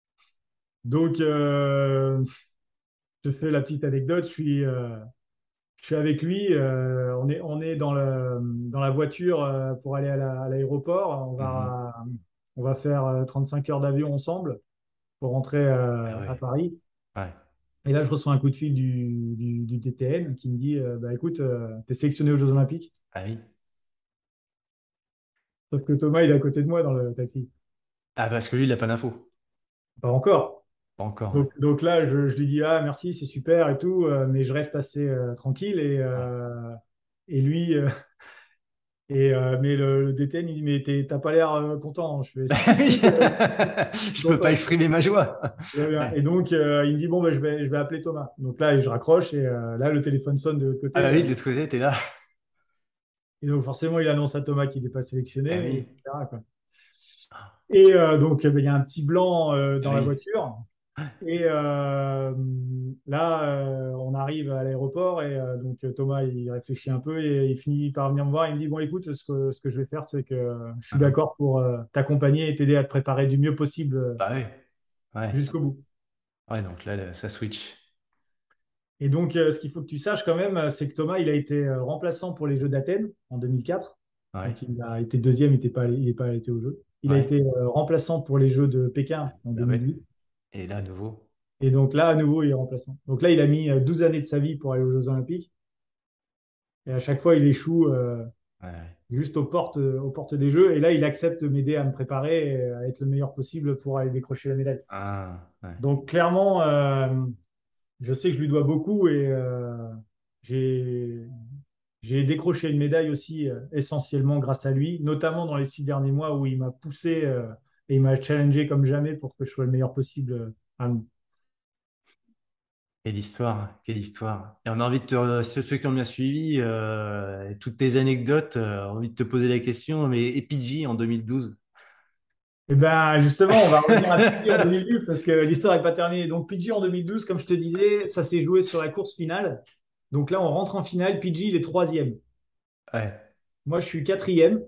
Donc, euh, je fais la petite anecdote. Je suis, euh, Je suis avec lui, euh, on est, on est dans le, dans la voiture euh, pour aller à la- à l'aéroport. On Mhm. va, on va faire euh, trente-cinq heures d'avion ensemble pour rentrer Ah euh, à ouais, Paris. ouais. Et là, je reçois un coup de fil du, du, du D T N qui me dit euh, bah, écoute, tu es sélectionné aux Jeux Olympiques. Ah oui. Sauf que Thomas, il est à côté de moi dans le taxi. Ah, parce que lui, il n'a pas d'infos. Pas encore. Pas encore, ouais. Donc, donc là, je, je lui dis ah, merci, c'est super et tout, euh, mais je reste assez euh, tranquille. Et, Ouais. euh, et lui, euh, et, euh, mais le, le D T N, il dit mais t'es- t'as pas l'air euh, content. Je fais si, si, si, euh, je suis Je peux pas content. exprimer ma joie. Tout va bien. Ouais. Et donc, euh, il me dit bon, bah, je vais, je vais appeler Thomas. Donc là, je raccroche et euh, là, le téléphone sonne de l'autre Ah côté. bah oui, euh, de l'autre côté, t'es là. et donc, forcément, il annonce à Thomas qu'il n'est pas Ah sélectionné, oui. et cetera quoi. Et euh, donc, euh, ben, il y a un petit blanc euh, Ah dans la oui. voiture. Et euh, là, euh, on arrive à l'aéroport et euh, donc euh, Thomas, il réfléchit un peu et il finit par venir me voir. Il me dit, bon, écoute, ce que, ce que je vais faire, c'est que euh, je suis Ah, d'accord pour euh, t'accompagner et t'aider à te préparer du mieux possible euh, bah oui. Ouais. jusqu'au bout. Ouais, donc là, le- ça switch. Et donc, euh, ce qu'il faut que tu saches quand même, euh, c'est que Thomas, il a été euh, remplaçant pour les Jeux d'Athènes en deux mille quatre. Ouais. Donc, il a été deuxième, il n'était pas, allé- il n'est pas été aux Jeux. Il a Ouais. été euh, remplaçant pour les Jeux de Pékin en Bah ouais. deux mille huit. Et là, à nouveau. Et donc là, à nouveau, il est remplaçant. Donc là, il a mis euh, douze années de sa vie pour aller aux Jeux Olympiques. Et à chaque fois, il échoue euh, Ouais. juste aux portes, euh, aux portes des Jeux. Et là, il accepte de m'aider à me préparer et à être le meilleur possible pour aller décrocher la médaille. Ah, ouais. Donc clairement, euh, je sais que je lui dois beaucoup et euh, j'ai, j'ai décroché une médaille aussi euh, essentiellement grâce à lui, notamment dans les six derniers mois où il m'a poussé euh, et il m'a challengé comme jamais pour que je sois le meilleur possible euh, à nous. Quelle histoire, quelle histoire. Et on a envie de te, ceux ceux qui ont bien suivi, euh, toutes tes anecdotes, euh, on a envie de te poser la question, mais et P G en deux mille douze? Et ben justement, on va revenir à P G en deux mille douze parce que l'histoire n'est pas terminée. Donc P G en deux mille douze, comme je te disais, ça s'est joué sur la course finale. Donc là, on rentre en finale. P G, il est troisième. Ouais. Moi, je suis quatrième.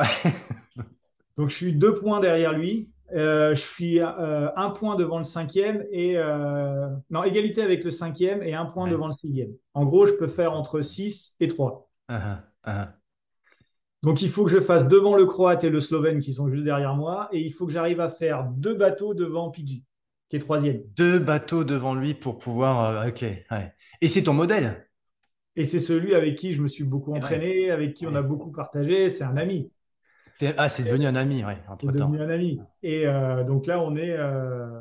Donc je suis deux points derrière lui. Euh, je suis euh, un point devant le cinquième et euh, non, égalité avec le cinquième et un point Ouais. devant le sixième. En gros, je peux faire entre six et trois. Ah, ah, Donc il faut que je fasse devant le Croate et le Slovène qui sont juste derrière moi et il faut que j'arrive à faire deux bateaux devant P G qui est troisième. deux bateaux devant lui pour pouvoir. euh, ok, ouais. Et c'est ton modèle. Et c'est celui avec qui je me suis beaucoup Et ouais, entraîné, avec qui on a ouais, beaucoup partagé. C'est un ouais. ami. C'est, ah, c'est devenu un ami, ouais, C'est entre-temps. devenu un ami. Et euh, donc là, on est, euh,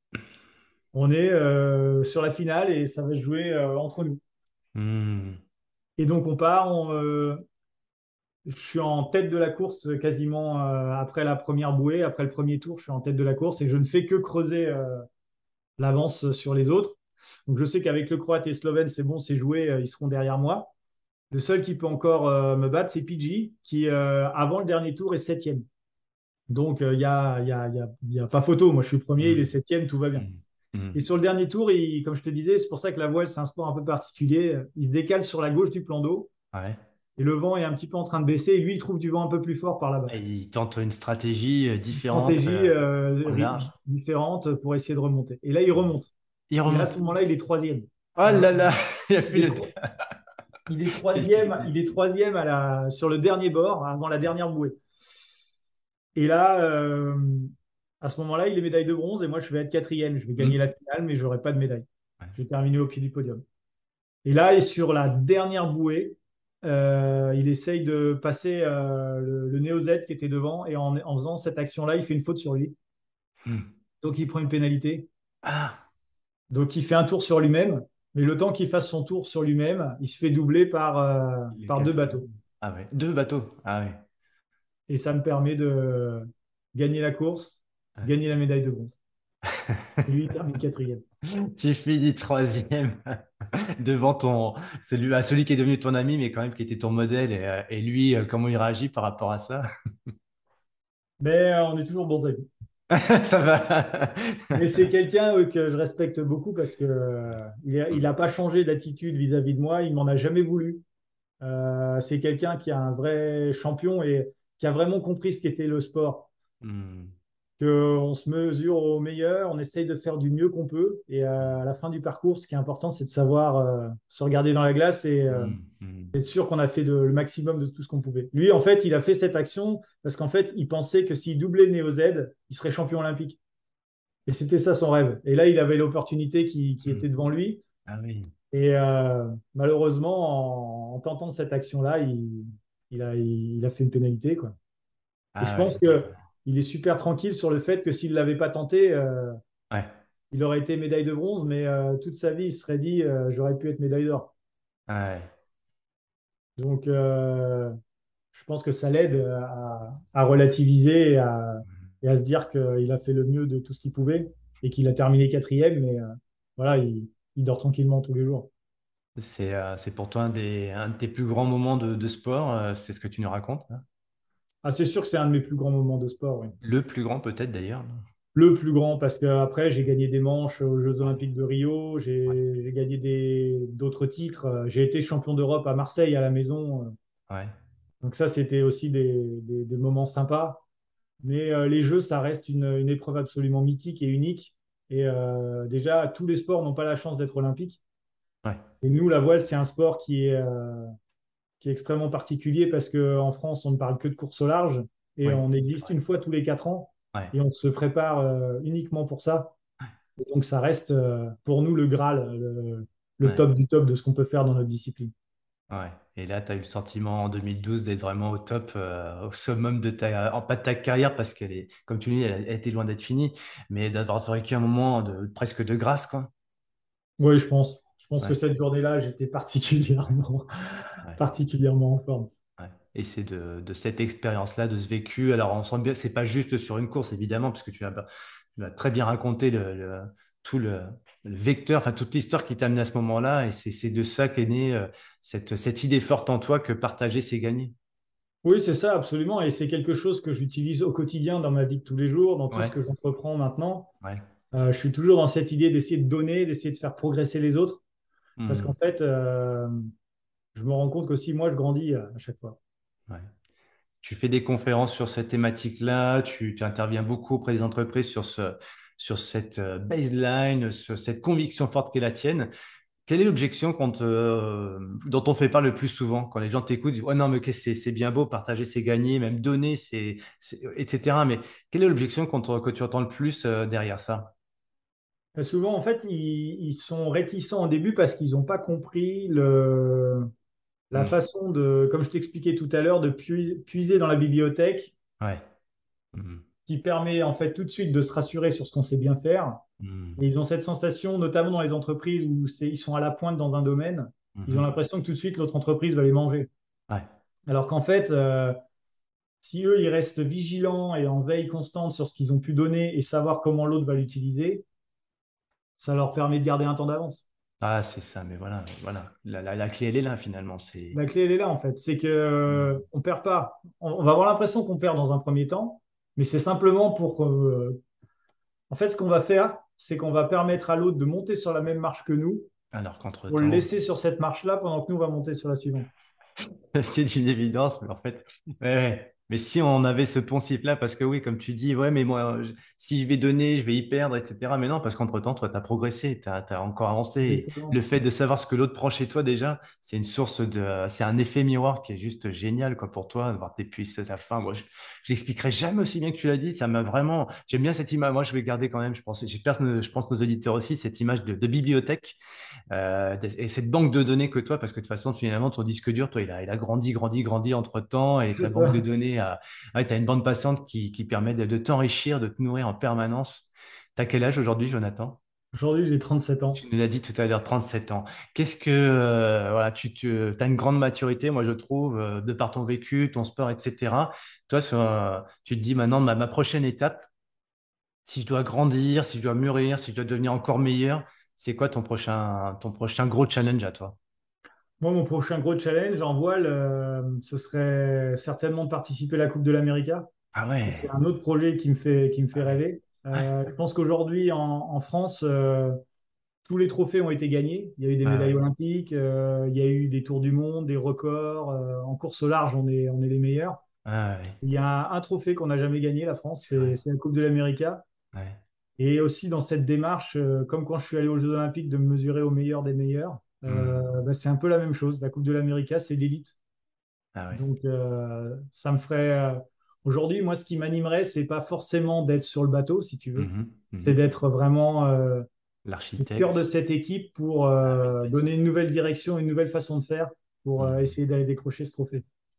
on est euh, sur la finale et ça va se jouer euh, entre nous. Hmm. Et donc on part. On, euh, je suis en tête de la course quasiment euh, après la première bouée, après le premier tour, je suis en tête de la course et je ne fais que creuser euh, l'avance sur les autres. Donc je sais qu'avec le Croate et le Slovène, c'est bon, c'est joué, euh, ils seront derrière moi. Le seul qui peut encore euh, me battre, c'est P G, qui, euh, avant le dernier tour, est septième. Donc, il euh, n'y a, y a, y a, y a pas photo. Moi, je suis premier, il est Hmm. septième, tout va bien. Hmm. Hmm. Et sur le dernier tour, il, comme je te disais, c'est pour ça que la voile, c'est un sport un peu particulier. Il se décale sur la gauche du plan d'eau Ouais. et le vent est un petit peu en train de baisser. Et lui, il trouve du vent un peu plus fort par là-bas. Et il tente une stratégie euh, Une différente, stratégie euh, euh, en ri- large. différente pour essayer de remonter. Et là, il Hmm. remonte. Il Et là, à ce remonte. moment-là, il est troisième. Oh Il, là là, il a il fait est, le. tro- il est troisième, il est troisième à la, sur le dernier bord, avant la dernière bouée. Et là, euh, à ce moment-là, il est médaille de bronze et moi, je vais être quatrième. Je vais gagner Hmm. la finale, mais je n'aurai pas de médaille. Ouais. Je vais terminer au pied du podium. Et là, et sur la dernière bouée, euh, il essaye de passer euh, le, le Néo Z qui était devant et en, en faisant cette action-là, il fait une faute sur lui. Hmm. Donc, il prend une pénalité. Ah, Donc, il fait un tour sur lui-même. Mais le temps qu'il fasse son tour sur lui-même, il se fait doubler par, euh, il est par deux quatrième. bateaux. Ah ouais, deux bateaux. Ah ouais. Et ça me permet de gagner la course, Ouais. gagner la médaille de bronze. Et lui, il termine quatrième. Tu finis troisième devant ton celui, à celui qui est devenu ton ami, mais quand même qui était ton modèle. Et, euh, et lui, euh, comment il réagit par rapport à ça? Mais euh, on est toujours bons amis. Ça va. Mais c'est quelqu'un euh, que je respecte beaucoup parce que euh, il a, il a pas changé d'attitude vis-à-vis de moi. Il m'en a jamais voulu. Euh, c'est quelqu'un qui est un vrai champion et qui a vraiment compris ce qu'était le sport. Hmm. qu'on se mesure au meilleur, on essaye de faire du mieux qu'on peut. Et euh, à la fin du parcours, ce qui est important, c'est de savoir euh, se regarder dans la glace et euh, Mm, mm. être sûr qu'on a fait de- le maximum de tout ce qu'on pouvait. Lui, en fait, il a fait cette action parce qu'en fait, il pensait que s'il doublait Neo Z, il serait champion olympique. Et c'était ça son rêve. Et là, il avait l'opportunité qui, qui Mm. était devant lui. Ah oui. Et euh, malheureusement, en, en tentant cette action-là, il, il a, il, a fait une pénalité, quoi. Et je Ah pense ouais. que il est super tranquille sur le fait que s'il ne l'avait pas tenté, euh, Ouais. il aurait été médaille de bronze, mais euh, toute sa vie, il se serait dit, euh, j'aurais pu être médaille d'or. Ah ouais. Donc, euh, je pense que ça l'aide à, à relativiser et à, et à se dire qu'il a fait le mieux de tout ce qu'il pouvait et qu'il a terminé quatrième, mais euh, voilà, il, il dort tranquillement tous les jours. C'est euh, c'est pour toi un des, un de tes plus grands moments de, de sport, euh, c'est ce que tu nous racontes, hein. Ah, c'est sûr que c'est un de mes plus grands moments de sport, oui. Le plus grand peut-être d'ailleurs, non. Le plus grand, parce qu'après, j'ai gagné des manches aux Jeux Olympiques de Rio, j'ai j'ai gagné des, d'autres titres. Euh, J'ai été champion d'Europe à Marseille à la maison. euh, Ouais. Donc ça, c'était aussi des, des- des moments sympas. Mais euh, les Jeux, ça reste une, une épreuve absolument mythique et unique. Et euh, déjà, tous les sports n'ont pas la chance d'être olympiques. Ouais. Et nous, la voile, c'est un sport qui est, euh, qui est extrêmement particulier parce qu'en France, on ne parle que de course au large et Oui. on C'est existe vrai. une fois tous les quatre ans Ouais. et on se prépare euh, uniquement pour ça. Et donc, ça reste euh, pour nous le Graal, le, le Ouais. top du top de ce qu'on peut faire dans notre discipline. Ouais. Et là, tu as eu le sentiment en deux mille douze d'être vraiment au top, euh, au summum de ta, en pas de ta carrière, parce qu'elle est, comme tu le dis, elle a, elle était loin d'être finie, mais d'avoir vécu un moment de, presque de grâce, quoi. Oui, je pense. Je pense que Ouais. cette journée-là, j'étais particulièrement, Ouais. particulièrement en forme. Ouais. Et c'est de, de cette expérience-là, de ce vécu. Alors, on sent bien que c'est pas juste sur une course, évidemment, parce que tu as, tu as très bien raconté le, le- tout le, le vecteur, enfin toute l'histoire qui t'a amené à ce moment-là. Et c'est c'est de ça qu'est née euh, cette, cette idée forte en toi que partager, c'est gagner. Oui, c'est ça, absolument. Et c'est quelque chose que j'utilise au quotidien dans ma vie de tous les jours, dans tout ce Ouais, que j'entreprends maintenant. ouais. Euh, je suis toujours dans cette idée d'essayer de donner, d'essayer de faire progresser les autres. Parce qu'en Hmm. fait, euh, je me rends compte qu'aussi, moi, je grandis euh, à chaque fois. Ouais. Tu fais des conférences sur cette thématique-là, tu, tu interviens beaucoup auprès des entreprises sur ce, sur cette euh, baseline, sur cette conviction forte qu'est la tienne. Quelle est l'objection qu'on te- euh, dont on fait part le plus souvent quand les gens t'écoutent, disent, ouais, non, mais qu'est-ce que c'est c'est bien beau, partager, c'est gagner, même donner, c'est, c'est- et cetera. Mais quelle est l'objection qu'on te- que tu entends le plus euh, derrière ça? Et souvent, en fait, ils, ils sont réticents au début parce qu'ils n'ont pas compris le, la Hmm. façon de, comme je t'expliquais tout à l'heure, de pui- puiser dans la bibliothèque Ouais. Hmm. qui permet en fait tout de suite de se rassurer sur ce qu'on sait bien faire. Hmm. Et ils ont cette sensation, notamment dans les entreprises où c'est- ils sont à la pointe dans un domaine, ils ont Mhm. l'impression que tout de suite l'autre entreprise va les manger. Ouais. Alors qu'en fait, euh, si eux, ils restent vigilants et en veille constante sur ce qu'ils ont pu donner et savoir comment l'autre va l'utiliser, ça leur permet de garder un temps d'avance. Ah, c'est ça, mais voilà, voilà. La, la, la clé, elle est là, finalement. C'est. La clé, elle est là, en fait. C'est que Hmm. euh, on perd pas. On, on va avoir l'impression qu'on perd dans un premier temps, mais c'est simplement pour. euh, en fait, ce qu'on va faire, c'est qu'on va permettre à l'autre de monter sur la même marche que nous Alors pour le qu'entre-temps, laisser sur cette marche-là pendant que nous, on va monter sur la suivante. c'est une évidence, mais en fait, ouais, ouais. Mais si on avait ce poncif-là, parce que oui, comme tu dis, ouais, mais moi, je- si je vais donner, je vais y perdre, et cetera. Mais non, parce qu'entre-temps, toi, tu as progressé, tu as, encore avancé. Et le Exactement. fait de savoir ce que l'autre prend chez toi, déjà, c'est une source de. C'est un effet miroir qui est juste génial, quoi, pour toi, de voir tes puisses à ta fin. Moi, je, je l'expliquerai jamais aussi bien que tu l'as dit. Ça m'a vraiment. J'aime bien cette image. Moi, je vais garder quand même, je pense, j'espère, que- je pense nos auditeurs aussi, cette image de, de bibliothèque. Euh, et cette banque de données que toi, parce que de toute façon, finalement, ton disque dur, toi, il a, il a grandi, grandi, grandi entre-temps, et C'est ta banque de ça. données, a, ouais, tu as une bande passante qui, qui permet de, de t'enrichir, de te nourrir en permanence. T'as quel âge aujourd'hui, Jonathan? Aujourd'hui, j'ai trente-sept ans. Tu nous l'as dit tout à l'heure, trente-sept ans. Qu'est-ce que, euh, voilà, tu, tu as une grande maturité, moi, je trouve, euh, de par ton vécu, ton sport, et cetera. Toi, sur, euh, tu te dis maintenant, ma, ma prochaine étape, si je dois grandir, si je dois mûrir, si je dois devenir encore meilleur, c'est quoi ton prochain, ton prochain gros challenge à toi? Moi, mon prochain gros challenge en voile, euh, ce serait certainement de participer à la Coupe de l'Amérique. Ah C'est ouais. un autre projet qui me fait, qui me fait Ah ouais. rêver. Euh, je pense qu'aujourd'hui, en, en France, euh, tous les trophées ont été gagnés. Il y a eu des Ah médailles ouais. olympiques, euh, il y a eu des tours du monde, des records. Euh, en course au large, on est, on est les meilleurs. Ah, ouais. Il y a un, un trophée qu'on n'a jamais gagné, la France, c'est Ouais. c'est la Coupe de l'Amérique. Ouais. Et aussi dans cette démarche, euh, comme quand je suis allé aux Jeux Olympiques, de me mesurer au meilleur des meilleurs, Hmm. euh, bah, c'est un peu la même chose. La Coupe de l'Amérique, c'est l'élite. Ah, ouais. Donc, euh, ça me ferait. euh, Aujourd'hui, moi, ce qui m'animerait, c'est pas forcément d'être sur le bateau, si tu veux, Mhm. c'est Mhm. d'être vraiment euh, au cœur de L'architecte. cette équipe pour Ah, oui, euh, pas de donner souci. une nouvelle direction, une nouvelle façon de faire, pour euh, Hmm. essayer d'aller décrocher ce trophée.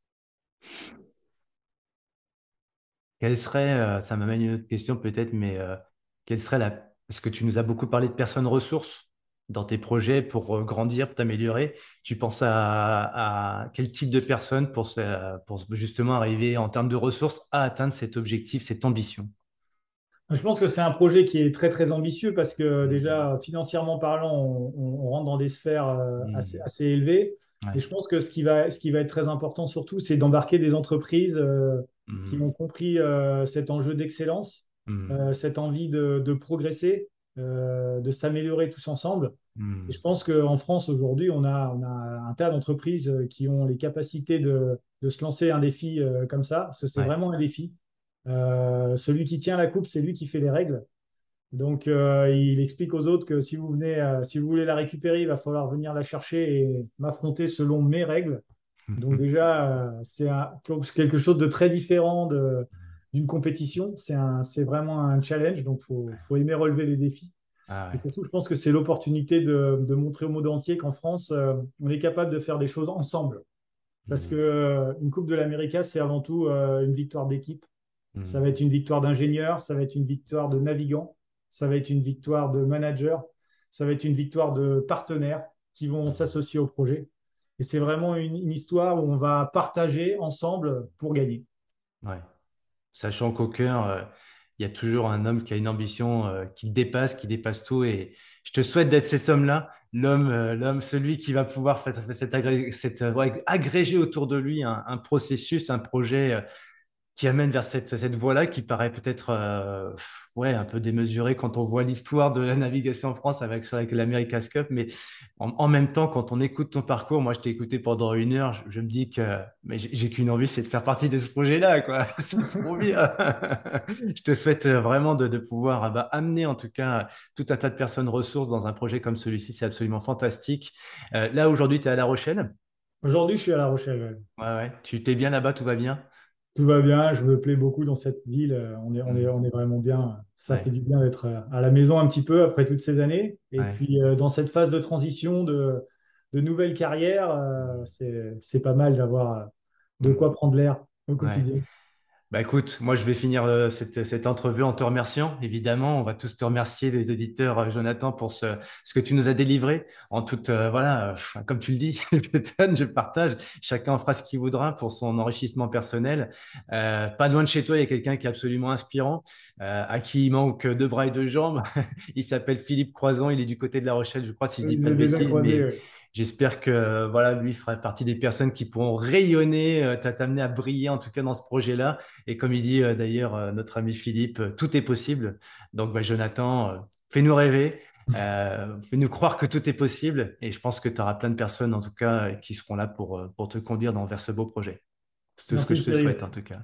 Quelle serait, euh, ça m'amène une autre question peut-être, mais euh, quelle serait la... Parce que tu nous as beaucoup parlé de personnes ressources dans tes projets pour euh, grandir, pour t'améliorer. Tu penses à, à quel type de personnes pour, se- pour justement arriver en termes de ressources à atteindre cet objectif, cette ambition? Je pense que c'est un projet qui est très très ambitieux parce que Mhm. déjà financièrement parlant, on, on- on rentre dans des sphères euh, assez, Mhm. assez élevées. Et Ouais. je pense que ce qui va, ce qui va être très important surtout, c'est d'embarquer des entreprises euh, qui Mhm. ont compris euh, cet enjeu d'excellence, Mhm. euh, cette envie de, de progresser, euh, de s'améliorer tous ensemble. Et je Mhm. pense qu'en France aujourd'hui, on a, on a un tas d'entreprises euh, qui ont les capacités de, de se lancer un défi euh, comme ça, parce que c'est Ouais. vraiment un défi. Euh, celui qui tient la coupe, c'est lui qui fait les règles. Donc, euh, il explique aux autres que si vous venez, euh, si vous voulez la récupérer, il va falloir venir la chercher et m'affronter selon mes règles. Donc déjà, euh, c'est un- quelque chose de très différent de- d'une compétition. C'est un, c'est vraiment un challenge. Donc, faut, faut aimer relever les défis. Ah, Et ouais. surtout, je pense que c'est l'opportunité de, de montrer au monde entier qu'en France, euh, on est capable de faire des choses ensemble. Parce que Mhm. euh, une Coupe de l'América, c'est avant tout euh, une victoire d'équipe. Ça Mhm. va être une victoire d'ingénieur, ça va être une victoire de navigant, ça va être une victoire de manager, ça va être une victoire de partenaires qui vont Mhm. s'associer au projet. Et c'est vraiment une, une histoire où on va partager ensemble pour gagner. Ouais. Sachant qu'au cœur, euh, il y a toujours un homme qui a une ambition euh, qui te dépasse, qui dépasse tout. Et je te souhaite d'être cet homme-là, l'homme, euh, l'homme, celui qui va pouvoir faire, faire cet agré- cet, euh, ouais, agréger autour de lui un, un processus, un projet euh, qui amène vers cette, cette voie-là qui paraît peut-être euh, ouais, un peu démesurée quand on voit l'histoire de la navigation en France avec, avec l'America's Cup. Mais en, en même temps, quand on écoute ton parcours, moi je t'ai écouté pendant une heure, je, je me dis que mais j'ai j'ai qu'une envie, c'est de faire partie de ce projet-là, quoi. C'est trop bien. Je te souhaite vraiment de, de pouvoir ah bah, amener en tout cas tout un tas de personnes ressources dans un projet comme celui-ci. C'est absolument fantastique. Euh, là, aujourd'hui, tu es à La Rochelle. Aujourd'hui, je suis à La Rochelle. Ouais. Ouais, ouais. Tu t'es bien là-bas, tout va bien? Tout va bien, je me plais beaucoup dans cette ville. Euh, On est, on est, Hmm. on est vraiment bien. Ça Ouais, fait du bien d'être euh, à la maison un petit peu après toutes ces années. Et ouais. puis, euh, dans cette phase de transition de, de nouvelle carrière, euh, Hmm. c'est, c'est pas mal d'avoir euh, de Hmm. quoi prendre l'air au Ouais. quotidien. Bah écoute, moi je vais finir euh, cette, cette entrevue en te remerciant. Évidemment, on va tous te remercier, les auditeurs, euh, Jonathan, pour ce, ce que tu nous as délivré. En toute, euh, voilà, euh, pff, comme tu le dis, je donne, je partage. Chacun en fera ce qu'il voudra pour son enrichissement personnel. Euh, pas loin de chez toi, il y a quelqu'un qui est absolument inspirant, euh, à qui il manque deux bras et deux jambes. Il s'appelle Philippe Croison, il est du côté de La Rochelle, je crois, si je Oui, dis je pas l'ai de déjà bêtises, croisé. mais Oui. j'espère que voilà, lui fera partie des personnes qui pourront rayonner, euh, t'amener à briller en tout cas dans ce projet-là. Et comme il dit euh, d'ailleurs euh, notre ami Philippe, euh, tout est possible. Donc bah, Jonathan, euh, fais-nous rêver, euh, fais-nous croire que tout est possible. Et je pense que tu auras plein de personnes en tout cas euh, qui seront là pour, euh, pour te conduire dans, vers ce beau projet. C'est tout ce que Merci je te Thierry. souhaite en tout cas.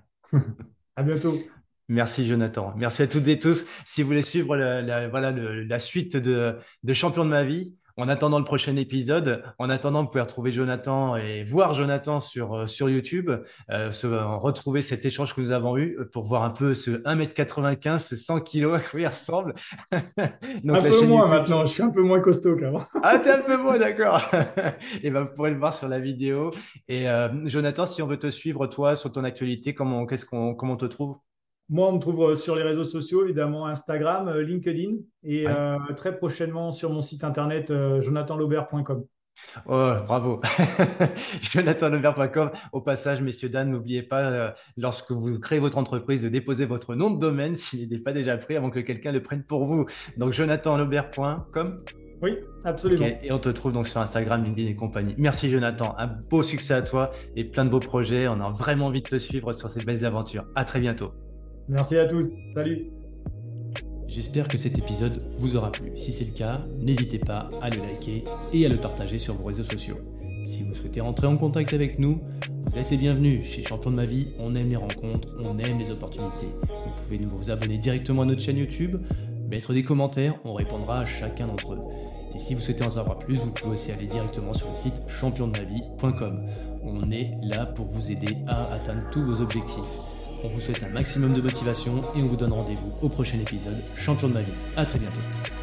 À bientôt. Merci Jonathan. Merci à toutes et tous. Si vous voulez suivre la, la- voilà, le- la suite de, de Champion de ma vie, en attendant le prochain épisode, en attendant, vous pouvez retrouver Jonathan et voir Jonathan sur, euh, sur YouTube, euh, se- retrouver cet échange que nous avons eu euh, pour voir un peu ce un mètre quatre-vingt-quinze, ce cent kilos à quoi il ressemble. Donc Un la peu chaîne moins YouTube. maintenant, je suis un peu moins costaud qu'avant. Ah, t'es un peu moins, d'accord. Et ben, vous pourrez le voir sur la vidéo. Et euh, Jonathan, si on veut te suivre, toi, sur ton actualité, comment, qu'est-ce qu'on, comment on te trouve? Moi, on me trouve euh, sur les réseaux sociaux, évidemment Instagram, euh, LinkedIn et Ouais. euh, très prochainement sur mon site internet euh, jonathan laubert point com. Oh, bravo. jonathan lebert point com. Au passage, messieurs, dames, n'oubliez pas, euh, lorsque vous créez votre entreprise, de déposer votre nom de domaine s'il n'est pas déjà pris avant que quelqu'un le prenne pour vous. Donc, jonathan lebert point com. Oui, OK. absolument. Et on te trouve donc sur Instagram, LinkedIn et compagnie. Merci, Jonathan. Un beau succès à toi et plein de beaux projets. On a vraiment envie de te suivre sur ces belles aventures. À très bientôt. Merci à tous. Salut. J'espère que cet épisode vous aura plu. Si c'est le cas, n'hésitez pas à le liker et à le partager sur vos réseaux sociaux. Si vous souhaitez rentrer en contact avec nous, vous Vous êtes les bienvenus chez Champion de ma vie, on aime les rencontres, on aime les opportunités. Vous pouvez vous abonner directement à notre chaîne YouTube, mettre des commentaires, on répondra à chacun d'entre eux. Et si vous souhaitez en savoir plus, vous pouvez aussi aller directement sur le site champion de ma vie point com. On est là pour vous aider à atteindre tous vos objectifs. On vous souhaite un maximum de motivation et on vous donne rendez-vous au prochain épisode Champion de ma vie. À très bientôt.